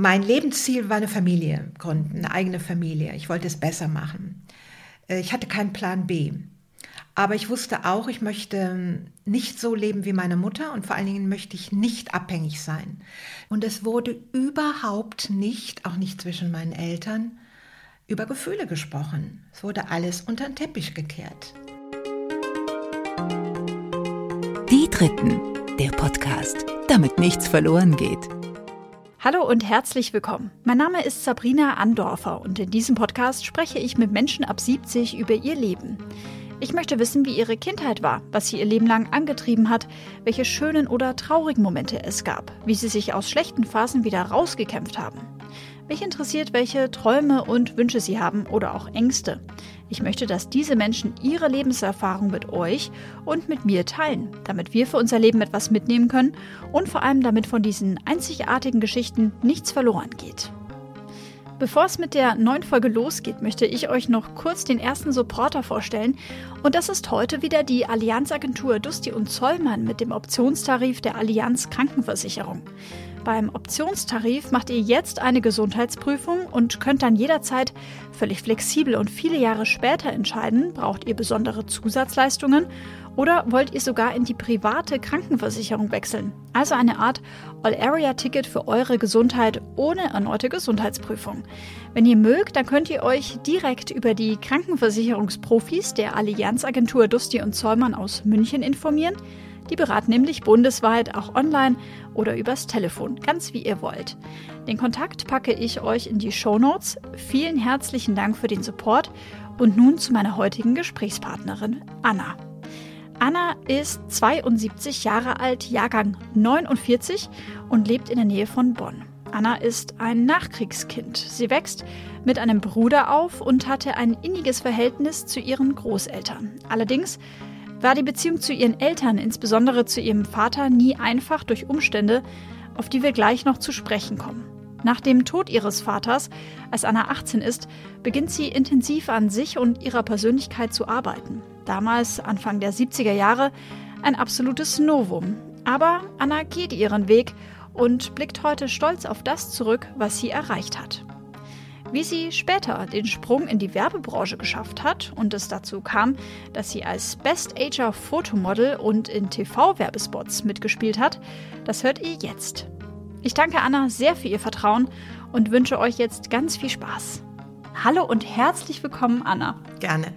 Mein Lebensziel war eine Familie gründen, eine eigene Familie. Ich wollte es besser machen. Ich hatte keinen Plan B. Aber ich wusste auch, ich möchte nicht so leben wie meine Mutter und vor allen Dingen möchte ich nicht abhängig sein. Und es wurde überhaupt nicht, auch nicht zwischen meinen Eltern, über Gefühle gesprochen. Es wurde alles unter den Teppich gekehrt. Die Dritten, der Podcast, damit nichts verloren geht. Hallo und herzlich willkommen. Mein Name ist Sabrina Andorfer und in diesem Podcast spreche ich mit Menschen ab 70 über ihr Leben. Ich möchte wissen, wie ihre Kindheit war, was sie ihr Leben lang angetrieben hat, welche schönen oder traurigen Momente es gab, wie sie sich aus schlechten Phasen wieder rausgekämpft haben. Mich interessiert, welche Träume und Wünsche sie haben oder auch Ängste. Ich möchte, dass diese Menschen ihre Lebenserfahrung mit euch und mit mir teilen, damit wir für unser Leben etwas mitnehmen können und vor allem damit von diesen einzigartigen Geschichten nichts verloren geht. Bevor es mit der neuen Folge losgeht, möchte ich euch noch kurz den ersten Supporter vorstellen. Und das ist heute wieder die Allianz-Agentur Dusti und Zollmann mit dem Optionstarif der Allianz Krankenversicherung. Beim Optionstarif macht ihr jetzt eine Gesundheitsprüfung und könnt dann jederzeit völlig flexibel und viele Jahre später entscheiden, braucht ihr besondere Zusatzleistungen oder wollt ihr sogar in die private Krankenversicherung wechseln. Also eine Art All-Area-Ticket für eure Gesundheit ohne erneute Gesundheitsprüfung. Wenn ihr mögt, dann könnt ihr euch direkt über die Krankenversicherungsprofis der Allianz-Agentur Dusti und Zollmann aus München informieren. Die beraten nämlich bundesweit, auch online oder übers Telefon, ganz wie ihr wollt. Den Kontakt packe ich euch in die Shownotes. Vielen herzlichen Dank für den Support und nun zu meiner heutigen Gesprächspartnerin Anna. Anna ist 72 Jahre alt, Jahrgang 49 und lebt in der Nähe von Bonn. Anna ist ein Nachkriegskind. Sie wächst mit einem Bruder auf und hatte ein inniges Verhältnis zu ihren Großeltern. Allerdings war die Beziehung zu ihren Eltern, insbesondere zu ihrem Vater, nie einfach durch Umstände, auf die wir gleich noch zu sprechen kommen. Nach dem Tod ihres Vaters, als Anna 18 ist, beginnt sie intensiv an sich und ihrer Persönlichkeit zu arbeiten. Damals, Anfang der 70er Jahre, ein absolutes Novum. Aber Anna geht ihren Weg und blickt heute stolz auf das zurück, was sie erreicht hat. Wie sie später den Sprung in die Werbebranche geschafft hat und es dazu kam, dass sie als Best-Ager-Fotomodel und in TV-Werbespots mitgespielt hat, das hört ihr jetzt. Ich danke Anna sehr für ihr Vertrauen und wünsche euch jetzt ganz viel Spaß. Hallo und herzlich willkommen, Anna. Gerne.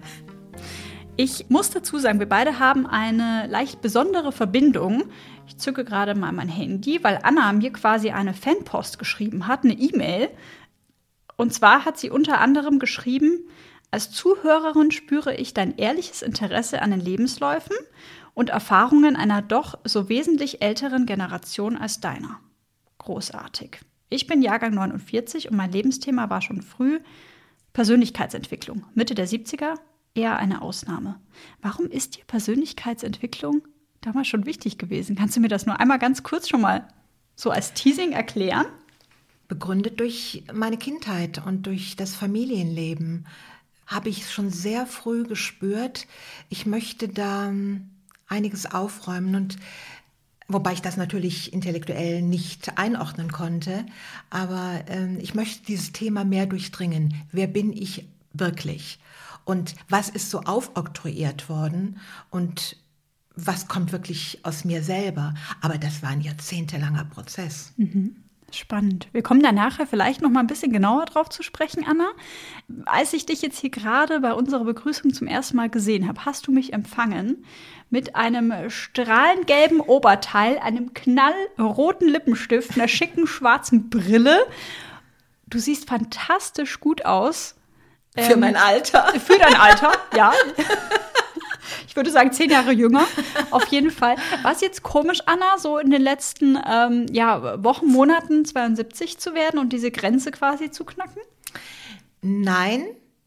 Ich muss dazu sagen, wir beide haben eine leicht besondere Verbindung. Ich zücke gerade mal mein Handy, weil Anna mir quasi eine Fanpost geschrieben hat, eine E-Mail. Und zwar hat sie unter anderem geschrieben: Als Zuhörerin spüre ich dein ehrliches Interesse an den Lebensläufen und Erfahrungen einer doch so wesentlich älteren Generation als deiner. Großartig. Ich bin Jahrgang 49 und mein Lebensthema war schon früh Persönlichkeitsentwicklung. Mitte der 70er eher eine Ausnahme. Warum ist dir Persönlichkeitsentwicklung damals schon wichtig gewesen? Kannst du mir das nur einmal ganz kurz schon mal so als Teasing erklären? Begründet durch meine Kindheit und durch das Familienleben habe ich schon sehr früh gespürt, ich möchte da einiges aufräumen, und wobei ich das natürlich intellektuell nicht einordnen konnte, aber ich möchte dieses Thema mehr durchdringen. Wer bin ich wirklich? Und was ist so aufoktroyiert worden? Und was kommt wirklich aus mir selber? Aber das war ein jahrzehntelanger Prozess. Mhm. Spannend. Wir kommen da nachher vielleicht noch mal ein bisschen genauer drauf zu sprechen, Anna. Als ich dich jetzt hier gerade bei unserer Begrüßung zum ersten Mal gesehen habe, hast du mich empfangen mit einem strahlend gelben Oberteil, einem knallroten Lippenstift, einer schicken schwarzen Brille. Du siehst fantastisch gut aus. Für mein Alter. Für dein Alter, ja. Ich würde sagen 10 Jahre jünger, auf jeden Fall. War es jetzt komisch, Anna, so in den letzten Wochen, Monaten 72 zu werden und diese Grenze quasi zu knacken? Nein,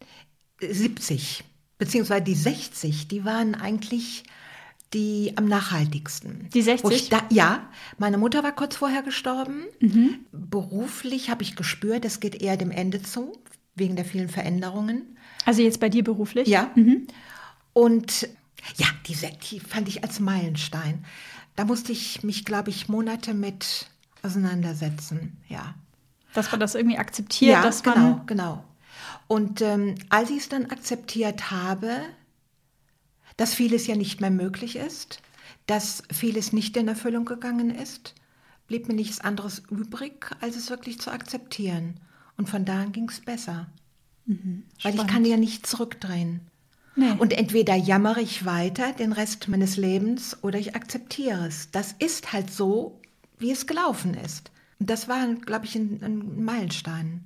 70, beziehungsweise die 60, die waren eigentlich die am nachhaltigsten. Die 60? Meine Mutter war kurz vorher gestorben. Mhm. Beruflich habe ich gespürt, es geht eher dem Ende zu, wegen der vielen Veränderungen. Also jetzt bei dir beruflich? Ja. Mhm. Und ja, die fand ich als Meilenstein. Da musste ich mich, glaube ich, Monate mit auseinandersetzen, ja. Dass man das irgendwie akzeptiert, Ja, dass man... genau. Und als ich es dann akzeptiert habe, dass vieles ja nicht mehr möglich ist, dass vieles nicht in Erfüllung gegangen ist, blieb mir nichts anderes übrig, als es wirklich zu akzeptieren. Und von da an ging es besser. Weil ich kann ja nicht zurückdrehen. Nee. Und entweder jammere ich weiter den Rest meines Lebens oder ich akzeptiere es. Das ist halt so, wie es gelaufen ist. Und das war, glaube ich, ein Meilenstein.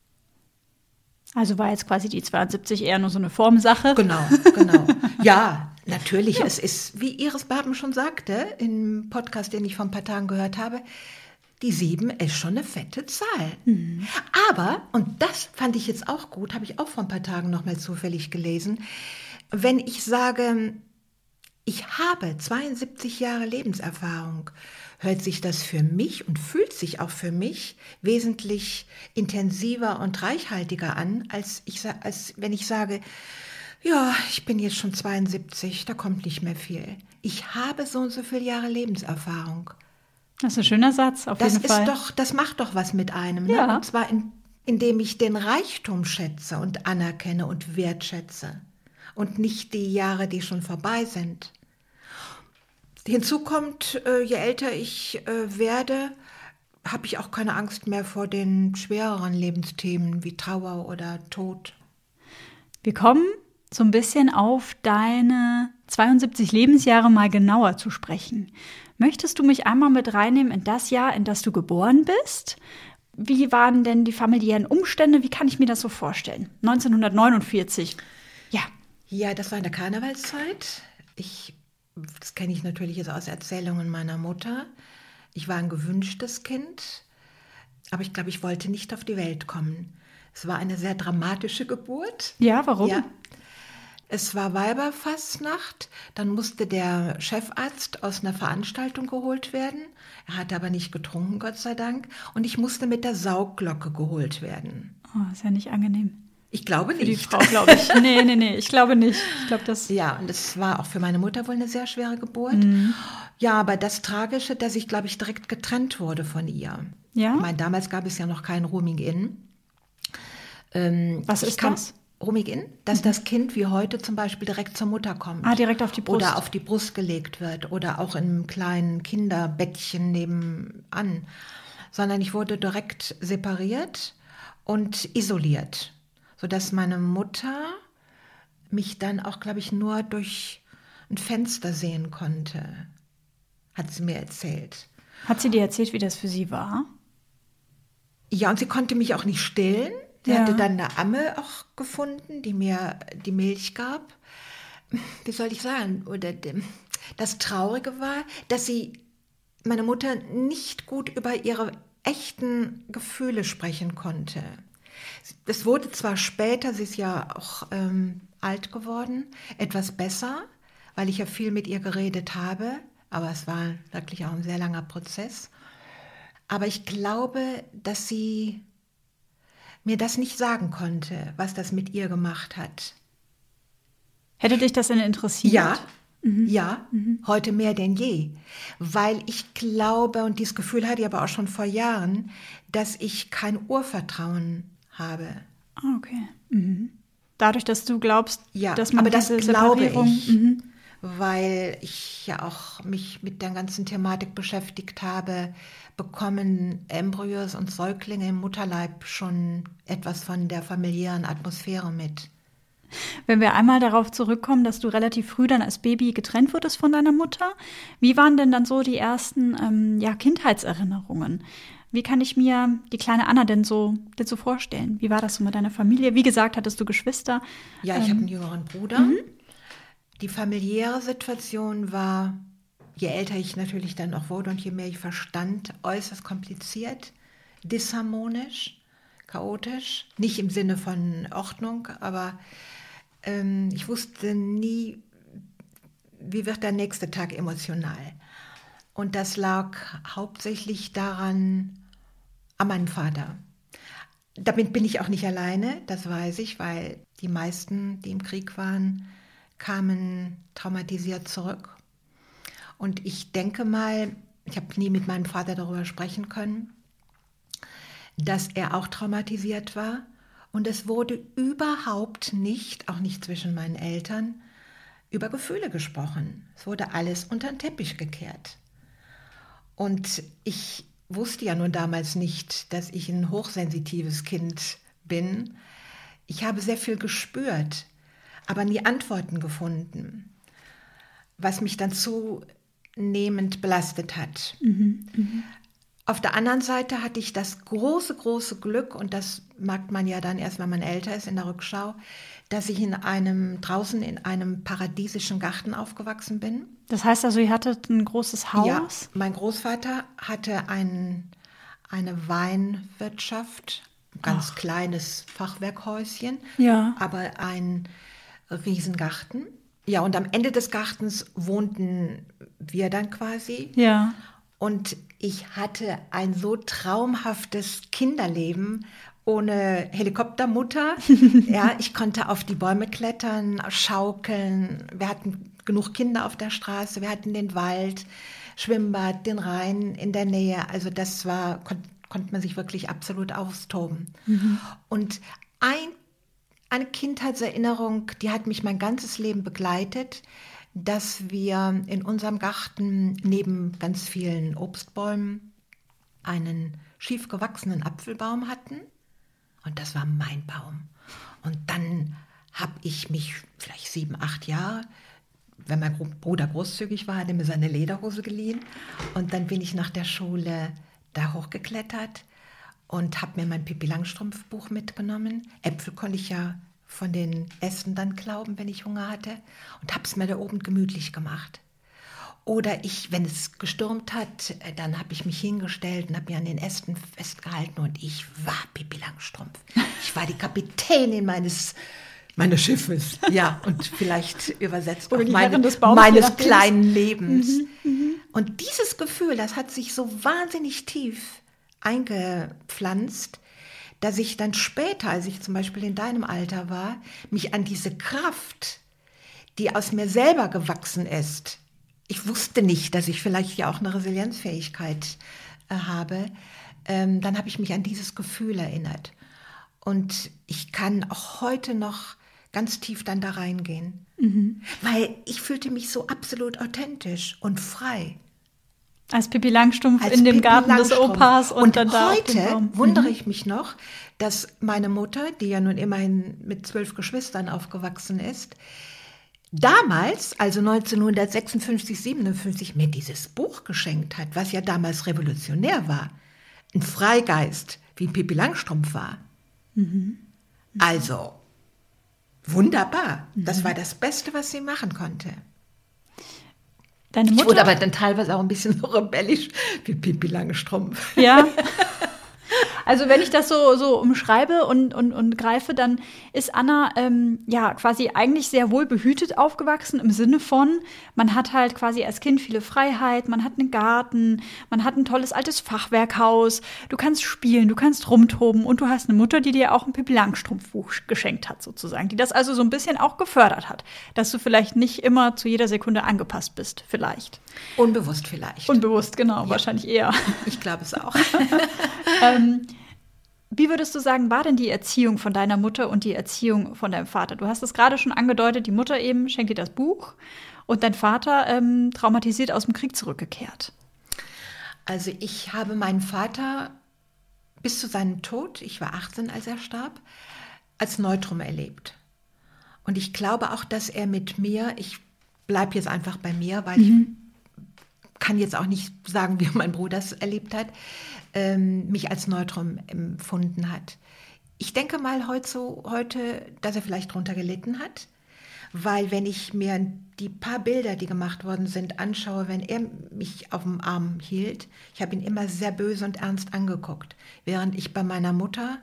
Also war jetzt quasi die 72 eher nur so eine Formsache? Genau. Ja, natürlich. Ja. Es ist, wie Iris Berben schon sagte, im Podcast, den ich vor ein paar Tagen gehört habe, die 7 ist schon eine fette Zahl. Mhm. Aber, und das fand ich jetzt auch gut, habe ich auch vor ein paar Tagen noch mal zufällig gelesen, wenn ich sage, ich habe 72 Jahre Lebenserfahrung, hört sich das für mich und fühlt sich auch für mich wesentlich intensiver und reichhaltiger an, als wenn ich sage, ja, ich bin jetzt schon 72, da kommt nicht mehr viel. Ich habe so und so viele Jahre Lebenserfahrung. Das ist ein schöner Satz, auf jeden Fall. Das macht doch was mit einem. Ne? Ja. Und zwar indem ich den Reichtum schätze und anerkenne und wertschätze. Und nicht die Jahre, die schon vorbei sind. Hinzu kommt, je älter ich werde, habe ich auch keine Angst mehr vor den schwereren Lebensthemen wie Trauer oder Tod. Wir kommen so ein bisschen auf deine 72 Lebensjahre mal genauer zu sprechen. Möchtest du mich einmal mit reinnehmen in das Jahr, in das du geboren bist? Wie waren denn die familiären Umstände? Wie kann ich mir das so vorstellen? 1949. Ja. Ja, das war in der Karnevalszeit. Das kenne ich natürlich jetzt aus Erzählungen meiner Mutter. Ich war ein gewünschtes Kind, aber ich glaube, ich wollte nicht auf die Welt kommen. Es war eine sehr dramatische Geburt. Ja, warum? Ja. Es war Weiberfastnacht, dann musste der Chefarzt aus einer Veranstaltung geholt werden. Er hatte aber nicht getrunken, Gott sei Dank. Und ich musste mit der Saugglocke geholt werden. Oh, ist ja nicht angenehm. Ich glaube nicht. Für die Frau, glaube ich. Nee, ich glaube nicht. Ich glaube, das... Ja, und es war auch für meine Mutter wohl eine sehr schwere Geburt. Mhm. Ja, aber das Tragische, dass ich, glaube ich, direkt getrennt wurde von ihr. Ja? Ich meine, damals gab es ja noch kein Rooming-In. Was ist das? Rooming-In, dass das Kind wie heute zum Beispiel direkt zur Mutter kommt. Ah, direkt auf die Brust. Oder auf die Brust gelegt wird oder auch in einem kleinen Kinderbettchen nebenan. Sondern ich wurde direkt separiert und isoliert, sodass meine Mutter mich dann auch, glaube ich, nur durch ein Fenster sehen konnte, hat sie mir erzählt. Hat sie dir erzählt, wie das für sie war? Ja, und sie konnte mich auch nicht stillen. Sie hatte dann eine Amme auch gefunden, die mir die Milch gab. Wie soll ich sagen? Das Traurige war, dass meine Mutter nicht gut über ihre echten Gefühle sprechen konnte. Es wurde zwar später, sie ist ja auch alt geworden, etwas besser, weil ich ja viel mit ihr geredet habe, aber es war wirklich auch ein sehr langer Prozess. Aber ich glaube, dass sie mir das nicht sagen konnte, was das mit ihr gemacht hat. Hätte dich das denn interessiert? Ja, heute mehr denn je. Weil ich glaube, und dieses Gefühl hatte ich aber auch schon vor Jahren, dass ich kein Urvertrauen habe. Ah, okay. Mhm. Dadurch, dass du glaubst, dass man aber diese das glaube Separierung... ich, weil ich ja auch mich mit der ganzen Thematik beschäftigt habe, bekommen Embryos und Säuglinge im Mutterleib schon etwas von der familiären Atmosphäre mit. Wenn wir einmal darauf zurückkommen, dass du relativ früh dann als Baby getrennt wurdest von deiner Mutter, wie waren denn dann so die ersten Kindheitserinnerungen? Wie kann ich mir die kleine Anna denn so vorstellen? Wie war das so mit deiner Familie? Wie gesagt, hattest du Geschwister? Ja, ich habe einen jüngeren Bruder. Die familiäre Situation war, je älter ich natürlich dann auch wurde und je mehr ich verstand, äußerst kompliziert, disharmonisch, chaotisch. Nicht im Sinne von Ordnung, aber ich wusste nie, wie wird der nächste Tag emotional. Und das lag hauptsächlich daran, an meinem Vater. Damit bin ich auch nicht alleine, das weiß ich, weil die meisten, die im Krieg waren, kamen traumatisiert zurück. Und ich denke mal, ich habe nie mit meinem Vater darüber sprechen können. dass er auch traumatisiert war. Und es wurde überhaupt nicht, auch nicht zwischen meinen Eltern, über Gefühle gesprochen. Es wurde alles unter den Teppich gekehrt. Und ich wusste ja nun damals nicht, dass ich ein hochsensitives Kind bin. Ich habe sehr viel gespürt, aber nie Antworten gefunden, was mich dann zunehmend belastet hat. Auf der anderen Seite hatte ich das große, große Glück, und das merkt man ja dann erst, wenn man älter ist in der Rückschau, dass ich draußen in einem paradiesischen Garten aufgewachsen bin. Das heißt also, ihr hattet ein großes Haus? Ja, mein Großvater hatte eine Weinwirtschaft, ein ganz kleines Fachwerkhäuschen, aber ein Riesengarten. Ja, und am Ende des Gartens wohnten wir dann quasi. Ja. Und ich hatte ein so traumhaftes Kinderleben ohne Helikoptermutter. Ja, ich konnte auf die Bäume klettern, schaukeln. Wir hatten genug Kinder auf der Straße. Wir hatten den Wald, Schwimmbad, den Rhein in der Nähe. Also das konnte man sich wirklich absolut austoben. Und eine Kindheitserinnerung, die hat mich mein ganzes Leben begleitet, dass wir in unserem Garten neben ganz vielen Obstbäumen einen schief gewachsenen Apfelbaum hatten. Und das war mein Baum. Und dann habe ich mich vielleicht 7, 8 Jahre, wenn mein Bruder großzügig war, hat er mir seine Lederhose geliehen. Und dann bin ich nach der Schule da hochgeklettert und habe mir mein Pippi Langstrumpf-Buch mitgenommen. Äpfel konnte ich ja von den Ästen dann klauben, wenn ich Hunger hatte, und habe es mir da oben gemütlich gemacht. Oder wenn es gestürmt hat, dann habe ich mich hingestellt und habe mich an den Ästen festgehalten und ich war Pippi Langstrumpf. Ich war die Kapitänin meines Schiffes. Ja, und vielleicht übersetzt oder auch meines kleinen Lebens. Und dieses Gefühl, das hat sich so wahnsinnig tief eingepflanzt, dass ich dann später, als ich zum Beispiel in deinem Alter war, mich an diese Kraft, die aus mir selber gewachsen ist, ich wusste nicht, dass ich vielleicht ja auch eine Resilienzfähigkeit habe, dann habe ich mich an dieses Gefühl erinnert. Und ich kann auch heute noch ganz tief dann da reingehen, weil ich fühlte mich so absolut authentisch und frei. Als Pippi Langstrumpf in dem Garten des Opas und dann da auf dem Baum. Heute wundere ich mich noch, dass meine Mutter, die ja nun immerhin mit 12 Geschwistern aufgewachsen ist, damals, also 1956, 57, mir dieses Buch geschenkt hat, was ja damals revolutionär war. Ein Freigeist, wie Pippi Langstrumpf war. Also, wunderbar. Das war das Beste, was sie machen konnte. Deine Mutter? Ich wurde aber dann teilweise auch ein bisschen so rebellisch wie Pippi Langstrumpf. Ja. Also wenn ich das so umschreibe und greife, dann ist Anna quasi eigentlich sehr wohl behütet aufgewachsen, im Sinne von, man hat halt quasi als Kind viele Freiheit, man hat einen Garten, man hat ein tolles altes Fachwerkhaus, du kannst spielen, du kannst rumtoben und du hast eine Mutter, die dir auch ein Pippi Langstrumpf-Buch geschenkt hat sozusagen, die das also so ein bisschen auch gefördert hat, dass du vielleicht nicht immer zu jeder Sekunde angepasst bist, vielleicht. Unbewusst vielleicht. Unbewusst, genau, ja. Wahrscheinlich eher. Ich glaube es auch. Wie würdest du sagen, war denn die Erziehung von deiner Mutter und die Erziehung von deinem Vater? Du hast es gerade schon angedeutet, die Mutter eben schenkt dir das Buch und dein Vater traumatisiert aus dem Krieg zurückgekehrt. Also ich habe meinen Vater bis zu seinem Tod, ich war 18, als er starb, als Neutrum erlebt. Und ich glaube auch, dass er mit mir, ich bleibe jetzt einfach bei mir, weil ich kann jetzt auch nicht sagen, wie mein Bruder es erlebt hat, mich als Neutrum empfunden hat. Ich denke mal heute, dass er vielleicht darunter gelitten hat, weil wenn ich mir die paar Bilder, die gemacht worden sind, anschaue, wenn er mich auf dem Arm hielt, ich habe ihn immer sehr böse und ernst angeguckt, während ich bei meiner Mutter,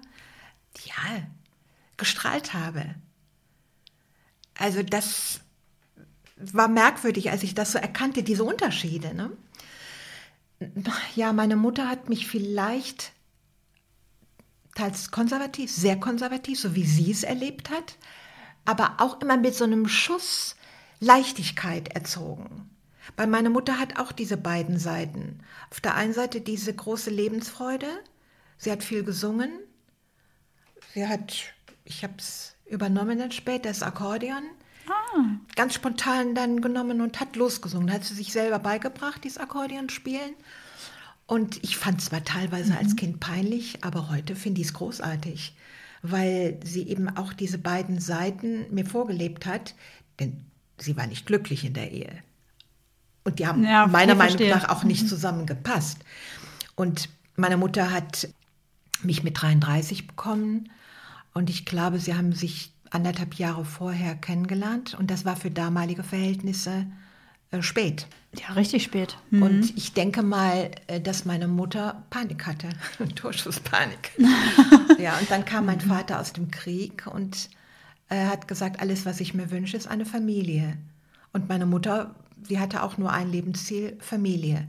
gestrahlt habe. Also das war merkwürdig, als ich das so erkannte, diese Unterschiede, ne? Ja, meine Mutter hat mich vielleicht teils konservativ, sehr konservativ, so wie sie es erlebt hat, aber auch immer mit so einem Schuss Leichtigkeit erzogen. Weil meine Mutter hat auch diese beiden Seiten. Auf der einen Seite diese große Lebensfreude, Sie hat viel gesungen. Ich habe es übernommen dann später, das Akkordeon. Ganz spontan dann genommen und hat losgesungen. Da hat sie sich selber beigebracht, dieses Akkordeon spielen. Und ich fand es zwar teilweise als Kind peinlich, aber heute finde ich es großartig, weil sie eben auch diese beiden Seiten mir vorgelebt hat, denn sie war nicht glücklich in der Ehe. Und die haben meiner Meinung nach auch nicht zusammengepasst. Und meine Mutter hat mich mit 33 bekommen und ich glaube, sie haben sich 1,5 Jahre vorher kennengelernt und das war für damalige Verhältnisse spät. Ja, richtig spät. Und ich denke mal, dass meine Mutter Panik hatte, Torschusspanik. Ja, und dann kam mein Vater aus dem Krieg und hat gesagt, alles, was ich mir wünsche, ist eine Familie. Und meine Mutter, sie hatte auch nur ein Lebensziel, Familie.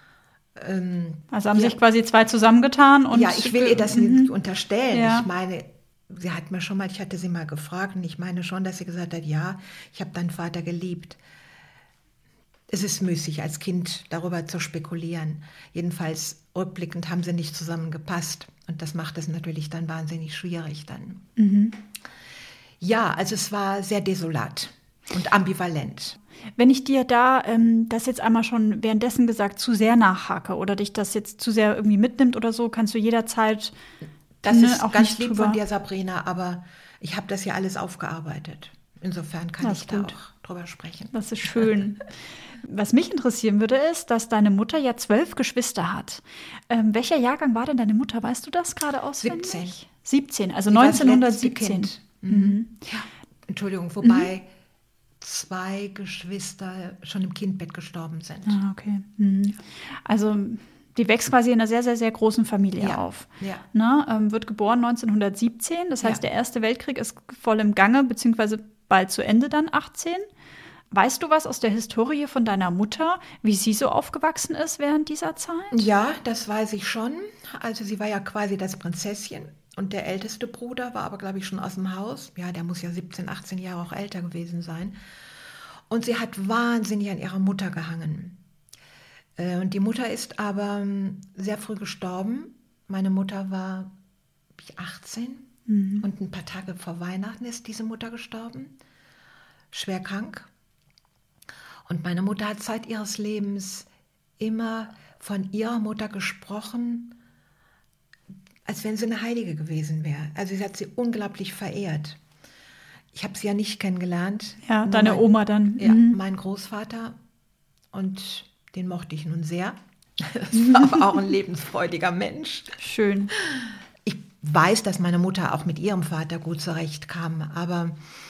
Also haben sich quasi zwei zusammengetan und... Ja, ich will ihr das nicht unterstellen. Ja. Ich meine, sie hat mir schon mal, ich hatte sie mal gefragt und ich meine schon, dass sie gesagt hat, ja, ich habe deinen Vater geliebt. Es ist müßig, als Kind darüber zu spekulieren. Jedenfalls rückblickend haben sie nicht zusammengepasst. Und das macht es natürlich dann wahnsinnig schwierig dann. Ja, also es war sehr desolat und ambivalent. Wenn ich dir da das jetzt einmal schon währenddessen gesagt zu sehr nachhake oder dich das jetzt zu sehr irgendwie mitnimmt oder so, kannst du jederzeit... Das ist auch ganz lieb von dir, Sabrina, aber ich habe das ja alles aufgearbeitet. Insofern kann ich da auch drüber sprechen. Das ist schön. Was mich interessieren würde, ist, dass deine Mutter ja 12 Geschwister hat. Welcher Jahrgang war denn deine Mutter? Weißt du das gerade auswendig? 17, also 1917. Ja, Entschuldigung, wobei 2 Geschwister schon im Kindbett gestorben sind. Ah, okay. Also die wächst quasi in einer sehr, sehr, sehr großen Familie auf. Ja. Na, wird geboren 1917, das heißt, der Erste Weltkrieg ist voll im Gange, beziehungsweise bald zu Ende dann, 18. Weißt du was aus der Historie von deiner Mutter, wie sie so aufgewachsen ist während dieser Zeit? Ja, das weiß ich schon. Also sie war ja quasi das Prinzesschen und der älteste Bruder war aber, glaube ich, schon aus dem Haus. Ja, der muss ja 17, 18 Jahre auch älter gewesen sein. Und sie hat wahnsinnig an ihrer Mutter gehangen. Und die Mutter ist aber sehr früh gestorben. Meine Mutter war 18 und ein paar Tage vor Weihnachten ist diese Mutter gestorben, schwer krank. Und meine Mutter hat seit ihres Lebens immer von ihrer Mutter gesprochen, als wenn sie eine Heilige gewesen wäre. Also sie hat sie unglaublich verehrt. Ich habe sie ja nicht kennengelernt. Ja, deine Oma dann. Ja, mein Großvater und den mochte ich nun sehr. Das war aber auch ein lebensfreudiger Mensch. Schön. Ich weiß, dass meine Mutter auch mit ihrem Vater gut zurechtkam. Aber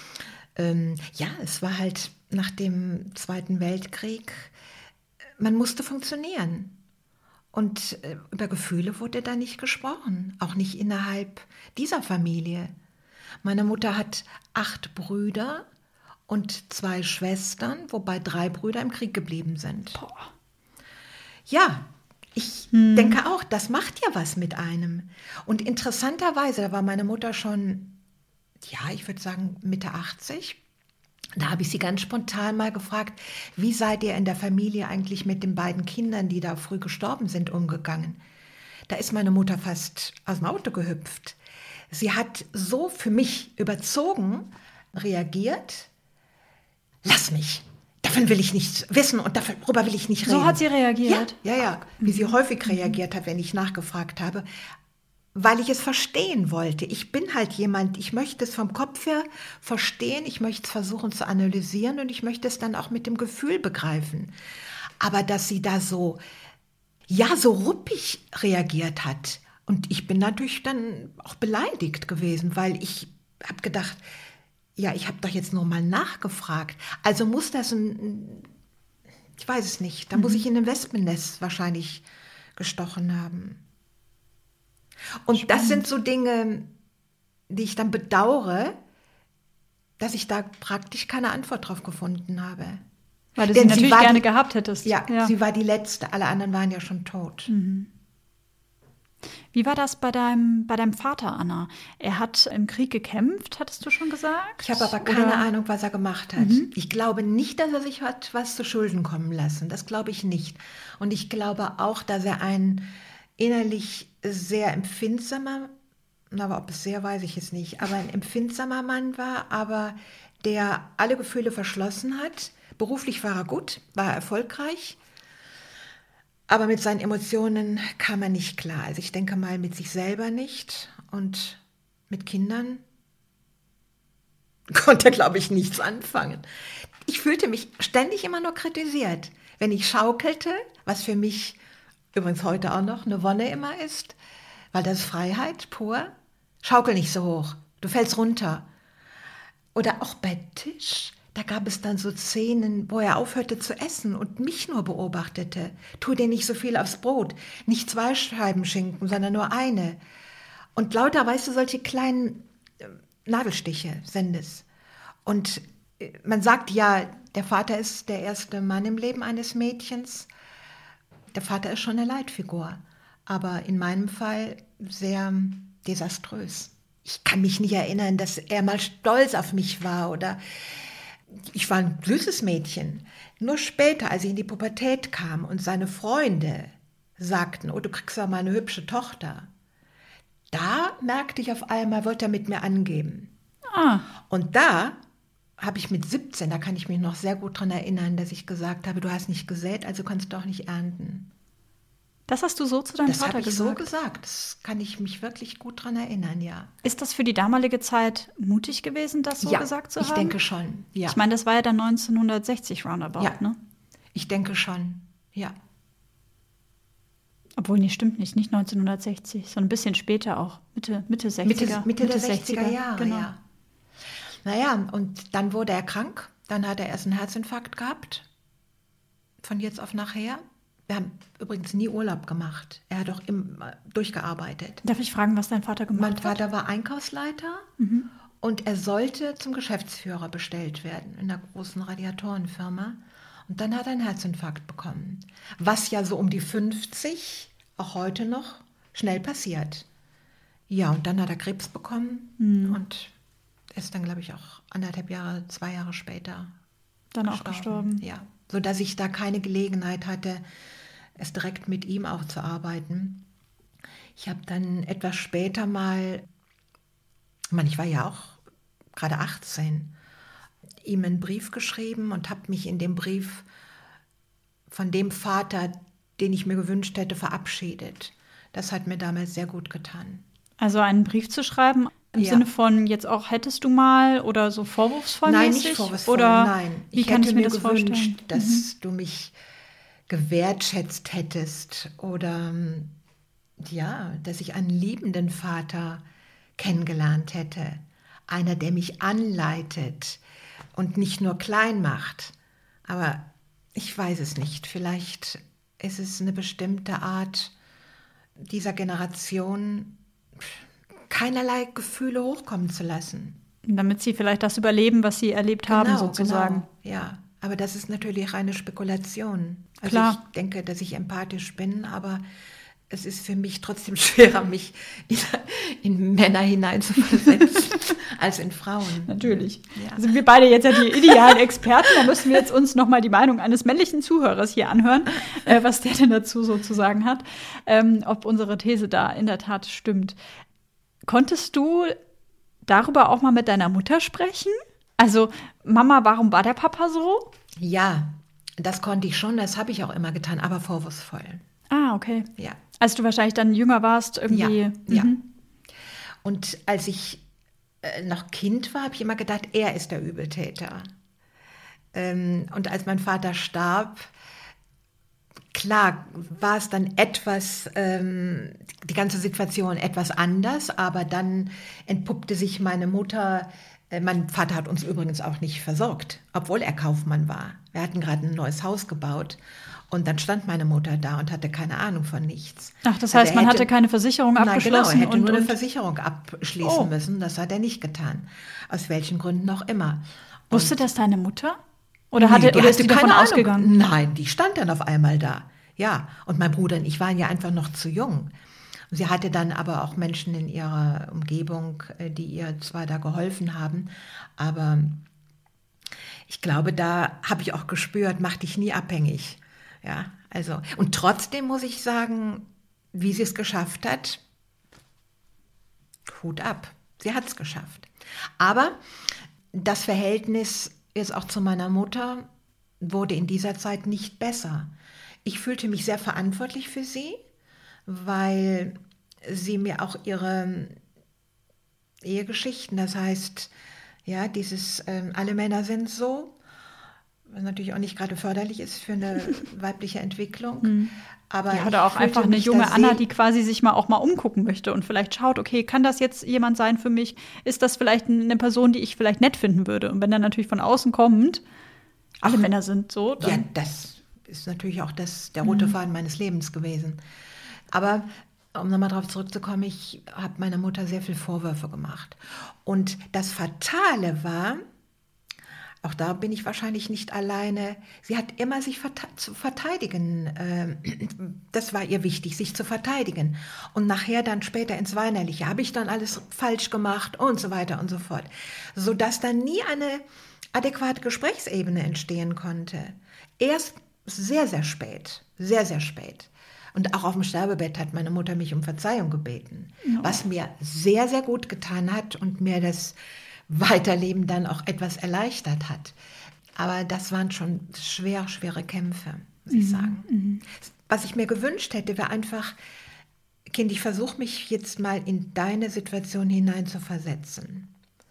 ja, es war halt nach dem Zweiten Weltkrieg, man musste funktionieren. Und über Gefühle wurde da nicht gesprochen. Auch nicht innerhalb dieser Familie. Meine Mutter hat 8 Brüder und 2 Schwestern, wobei 3 Brüder im Krieg geblieben sind. Boah. Ja, ich denke auch, das macht ja was mit einem. Und interessanterweise, da war meine Mutter schon, ja, ich würde sagen Mitte 80. Da habe ich sie ganz spontan mal gefragt, wie seid ihr in der Familie eigentlich mit den beiden Kindern, die da früh gestorben sind, umgegangen? Da ist meine Mutter fast aus dem Auto gehüpft. Sie hat so für mich überzogen reagiert, lass mich. Davon will ich nichts wissen und darüber will ich nicht reden. So hat sie reagiert? Ja. Wie sie häufig reagiert hat, wenn ich nachgefragt habe, weil ich es verstehen wollte. Ich bin halt jemand, ich möchte es vom Kopf her verstehen, ich möchte es versuchen zu analysieren und ich möchte es dann auch mit dem Gefühl begreifen. Aber dass sie da so ruppig reagiert hat und ich bin natürlich dann auch beleidigt gewesen, weil ich habe gedacht, ja, ich habe doch jetzt nur mal nachgefragt. Also muss das ich weiß es nicht, da muss ich in ein Wespennest wahrscheinlich gestochen haben. Und spannend. Das sind so Dinge, die ich dann bedauere, dass ich da praktisch keine Antwort drauf gefunden habe. Weil du sie natürlich gerne gehabt hättest. Ja, sie war die Letzte, alle anderen waren ja schon tot. Wie war das bei deinem Vater, Anna? Er hat im Krieg gekämpft, hattest du schon gesagt? Ich habe aber keine Ahnung, was er gemacht hat. Ich glaube nicht, dass er sich hat was zu Schulden kommen lassen. Das glaube ich nicht. Und ich glaube auch, dass er ein innerlich sehr empfindsamer, aber ob es sehr, weiß ich jetzt nicht, aber ein empfindsamer Mann war, aber der alle Gefühle verschlossen hat. Beruflich war er gut, war er erfolgreich, aber mit seinen Emotionen kam er nicht klar. Also ich denke mal mit sich selber nicht und mit Kindern konnte er, glaube ich, nichts anfangen. Ich fühlte mich ständig immer nur kritisiert, wenn ich schaukelte, was für mich übrigens heute auch noch eine Wonne immer ist, weil das ist Freiheit pur. Schaukel nicht so hoch, du fällst runter. Oder auch bei Tisch, da gab es dann so Szenen, wo er aufhörte zu essen und mich nur beobachtete. Tu dir nicht so viel aufs Brot, nicht 2 Scheiben Schinken, sondern nur eine. Und lauter, weißt du, solche kleinen Nadelstiche sind es. Und man sagt ja, der Vater ist der erste Mann im Leben eines Mädchens. Der Vater ist schon eine Leitfigur, aber in meinem Fall sehr desaströs. Ich kann mich nicht erinnern, dass er mal stolz auf mich war oder ich war ein süßes Mädchen. Nur später, als ich in die Pubertät kam und seine Freunde sagten, oh, du kriegst ja mal eine hübsche Tochter, da merkte ich auf einmal, wollte er mit mir angeben. Und da habe ich mit 17, da kann ich mich noch sehr gut dran erinnern, dass ich gesagt habe, du hast nicht gesät, also kannst du auch nicht ernten. Das hast du so zu deinem Vater gesagt? Das habe ich so gesagt. Das kann ich mich wirklich gut dran erinnern, ja. Ist das für die damalige Zeit mutig gewesen, das so gesagt zu haben? Ja, ich denke schon, ja. Ich meine, das war ja dann 1960 roundabout, ne? Ich denke schon, ja. Obwohl, nee, stimmt nicht 1960, sondern ein bisschen später auch, Mitte 60er. Mitte der 60er Jahre, genau. Ja. Naja, und dann wurde er krank, dann hat er erst einen Herzinfarkt gehabt, von jetzt auf nachher. Wir haben übrigens nie Urlaub gemacht. Er hat auch immer durchgearbeitet. Darf ich fragen, was dein Vater gemacht hat? Mein Vater war Einkaufsleiter und er sollte zum Geschäftsführer bestellt werden in einer großen Radiatorenfirma. Und dann hat er einen Herzinfarkt bekommen. Was ja so um die 50, auch heute noch, schnell passiert. Ja, und dann hat er Krebs bekommen und ist dann, glaube ich, auch 2 Jahre später dann auch gestorben. Ja, sodass ich da keine Gelegenheit hatte, es direkt mit ihm auch zu arbeiten. Ich habe dann etwas später mal, ich war ja auch gerade 18, ihm einen Brief geschrieben und habe mich in dem Brief von dem Vater, den ich mir gewünscht hätte, verabschiedet. Das hat mir damals sehr gut getan. Also einen Brief zu schreiben im Sinne von jetzt auch hättest du mal oder so vorwurfsvoll mäßig? Nein, nicht vorwurfsvoll, oder nein. Wie kann ich mir das vorstellen? Ich hätte mir gewünscht, dass du mich gewertschätzt hättest oder ja, dass ich einen liebenden Vater kennengelernt hätte. Einer, der mich anleitet und nicht nur klein macht. Aber ich weiß es nicht. Vielleicht ist es eine bestimmte Art dieser Generation, keinerlei Gefühle hochkommen zu lassen. Damit sie vielleicht das überleben, was sie erlebt haben, sozusagen. Genau, ja. Aber das ist natürlich reine Spekulation. Also Klar. Ich denke, dass ich empathisch bin, aber es ist für mich trotzdem schwerer, mich in Männer hineinzuversetzen, als in Frauen. Natürlich. Ja. Sind wir beide jetzt ja die idealen Experten. Da müssen wir jetzt uns nochmal die Meinung eines männlichen Zuhörers hier anhören, was der denn dazu sozusagen hat, ob unsere These da in der Tat stimmt. Konntest du darüber auch mal mit deiner Mutter sprechen? Also, Mama, warum war der Papa so? Ja, das konnte ich schon, das habe ich auch immer getan, aber vorwurfsvoll. Ah, okay. Ja. Als du wahrscheinlich dann jünger warst, irgendwie. Ja. Und als ich noch Kind war, habe ich immer gedacht, er ist der Übeltäter. Und als mein Vater starb, klar, war es dann etwas, die ganze Situation etwas anders, aber dann entpuppte sich meine Mutter, mein Vater hat uns übrigens auch nicht versorgt, obwohl er Kaufmann war. Wir hatten gerade ein neues Haus gebaut und dann stand meine Mutter da und hatte keine Ahnung von nichts. Ach, das heißt, man hatte keine Versicherung abgeschlossen? Genau, er hätte nur eine Versicherung abschließen müssen, das hat er nicht getan. Aus welchen Gründen auch immer. Wusste das deine Mutter? Oder ist die davon ausgegangen? Nein, die stand dann auf einmal da. Ja, und mein Bruder und ich waren ja einfach noch zu jung. Sie hatte dann aber auch Menschen in ihrer Umgebung, die ihr zwar da geholfen haben, aber ich glaube, da habe ich auch gespürt, mach dich nie abhängig. Ja, also, und trotzdem muss ich sagen, wie sie es geschafft hat, Hut ab. Sie hat es geschafft. Aber das Verhältnis jetzt auch zu meiner Mutter wurde in dieser Zeit nicht besser. Ich fühlte mich sehr verantwortlich für sie, weil sie mir auch ihre Ehegeschichten, das heißt, ja, dieses alle Männer sind so, was natürlich auch nicht gerade förderlich ist für eine weibliche Entwicklung. Aber ja, oder auch einfach eine junge Anna, die quasi sich auch mal umgucken möchte und vielleicht schaut, okay, kann das jetzt jemand sein für mich? Ist das vielleicht eine Person, die ich vielleicht nett finden würde? Und wenn dann natürlich von außen kommt, alle Männer sind so. Dann ja, das ist natürlich auch der rote Faden meines Lebens gewesen. Aber um nochmal darauf zurückzukommen, ich habe meiner Mutter sehr viel Vorwürfe gemacht. Und das Fatale war, auch da bin ich wahrscheinlich nicht alleine, sie hat immer sich zu verteidigen, das war ihr wichtig, sich zu verteidigen. Und nachher dann später ins Weinerliche, habe ich dann alles falsch gemacht und so weiter und so fort. Sodass dann nie eine adäquate Gesprächsebene entstehen konnte. Erst sehr, sehr spät, sehr, sehr spät. Und auch auf dem Sterbebett hat meine Mutter mich um Verzeihung gebeten, was mir sehr, sehr gut getan hat und mir das Weiterleben dann auch etwas erleichtert hat. Aber das waren schon schwere Kämpfe, muss ich sagen. Was ich mir gewünscht hätte, wäre einfach, Kind, ich versuche mich jetzt mal in deine Situation hinein zu versetzen.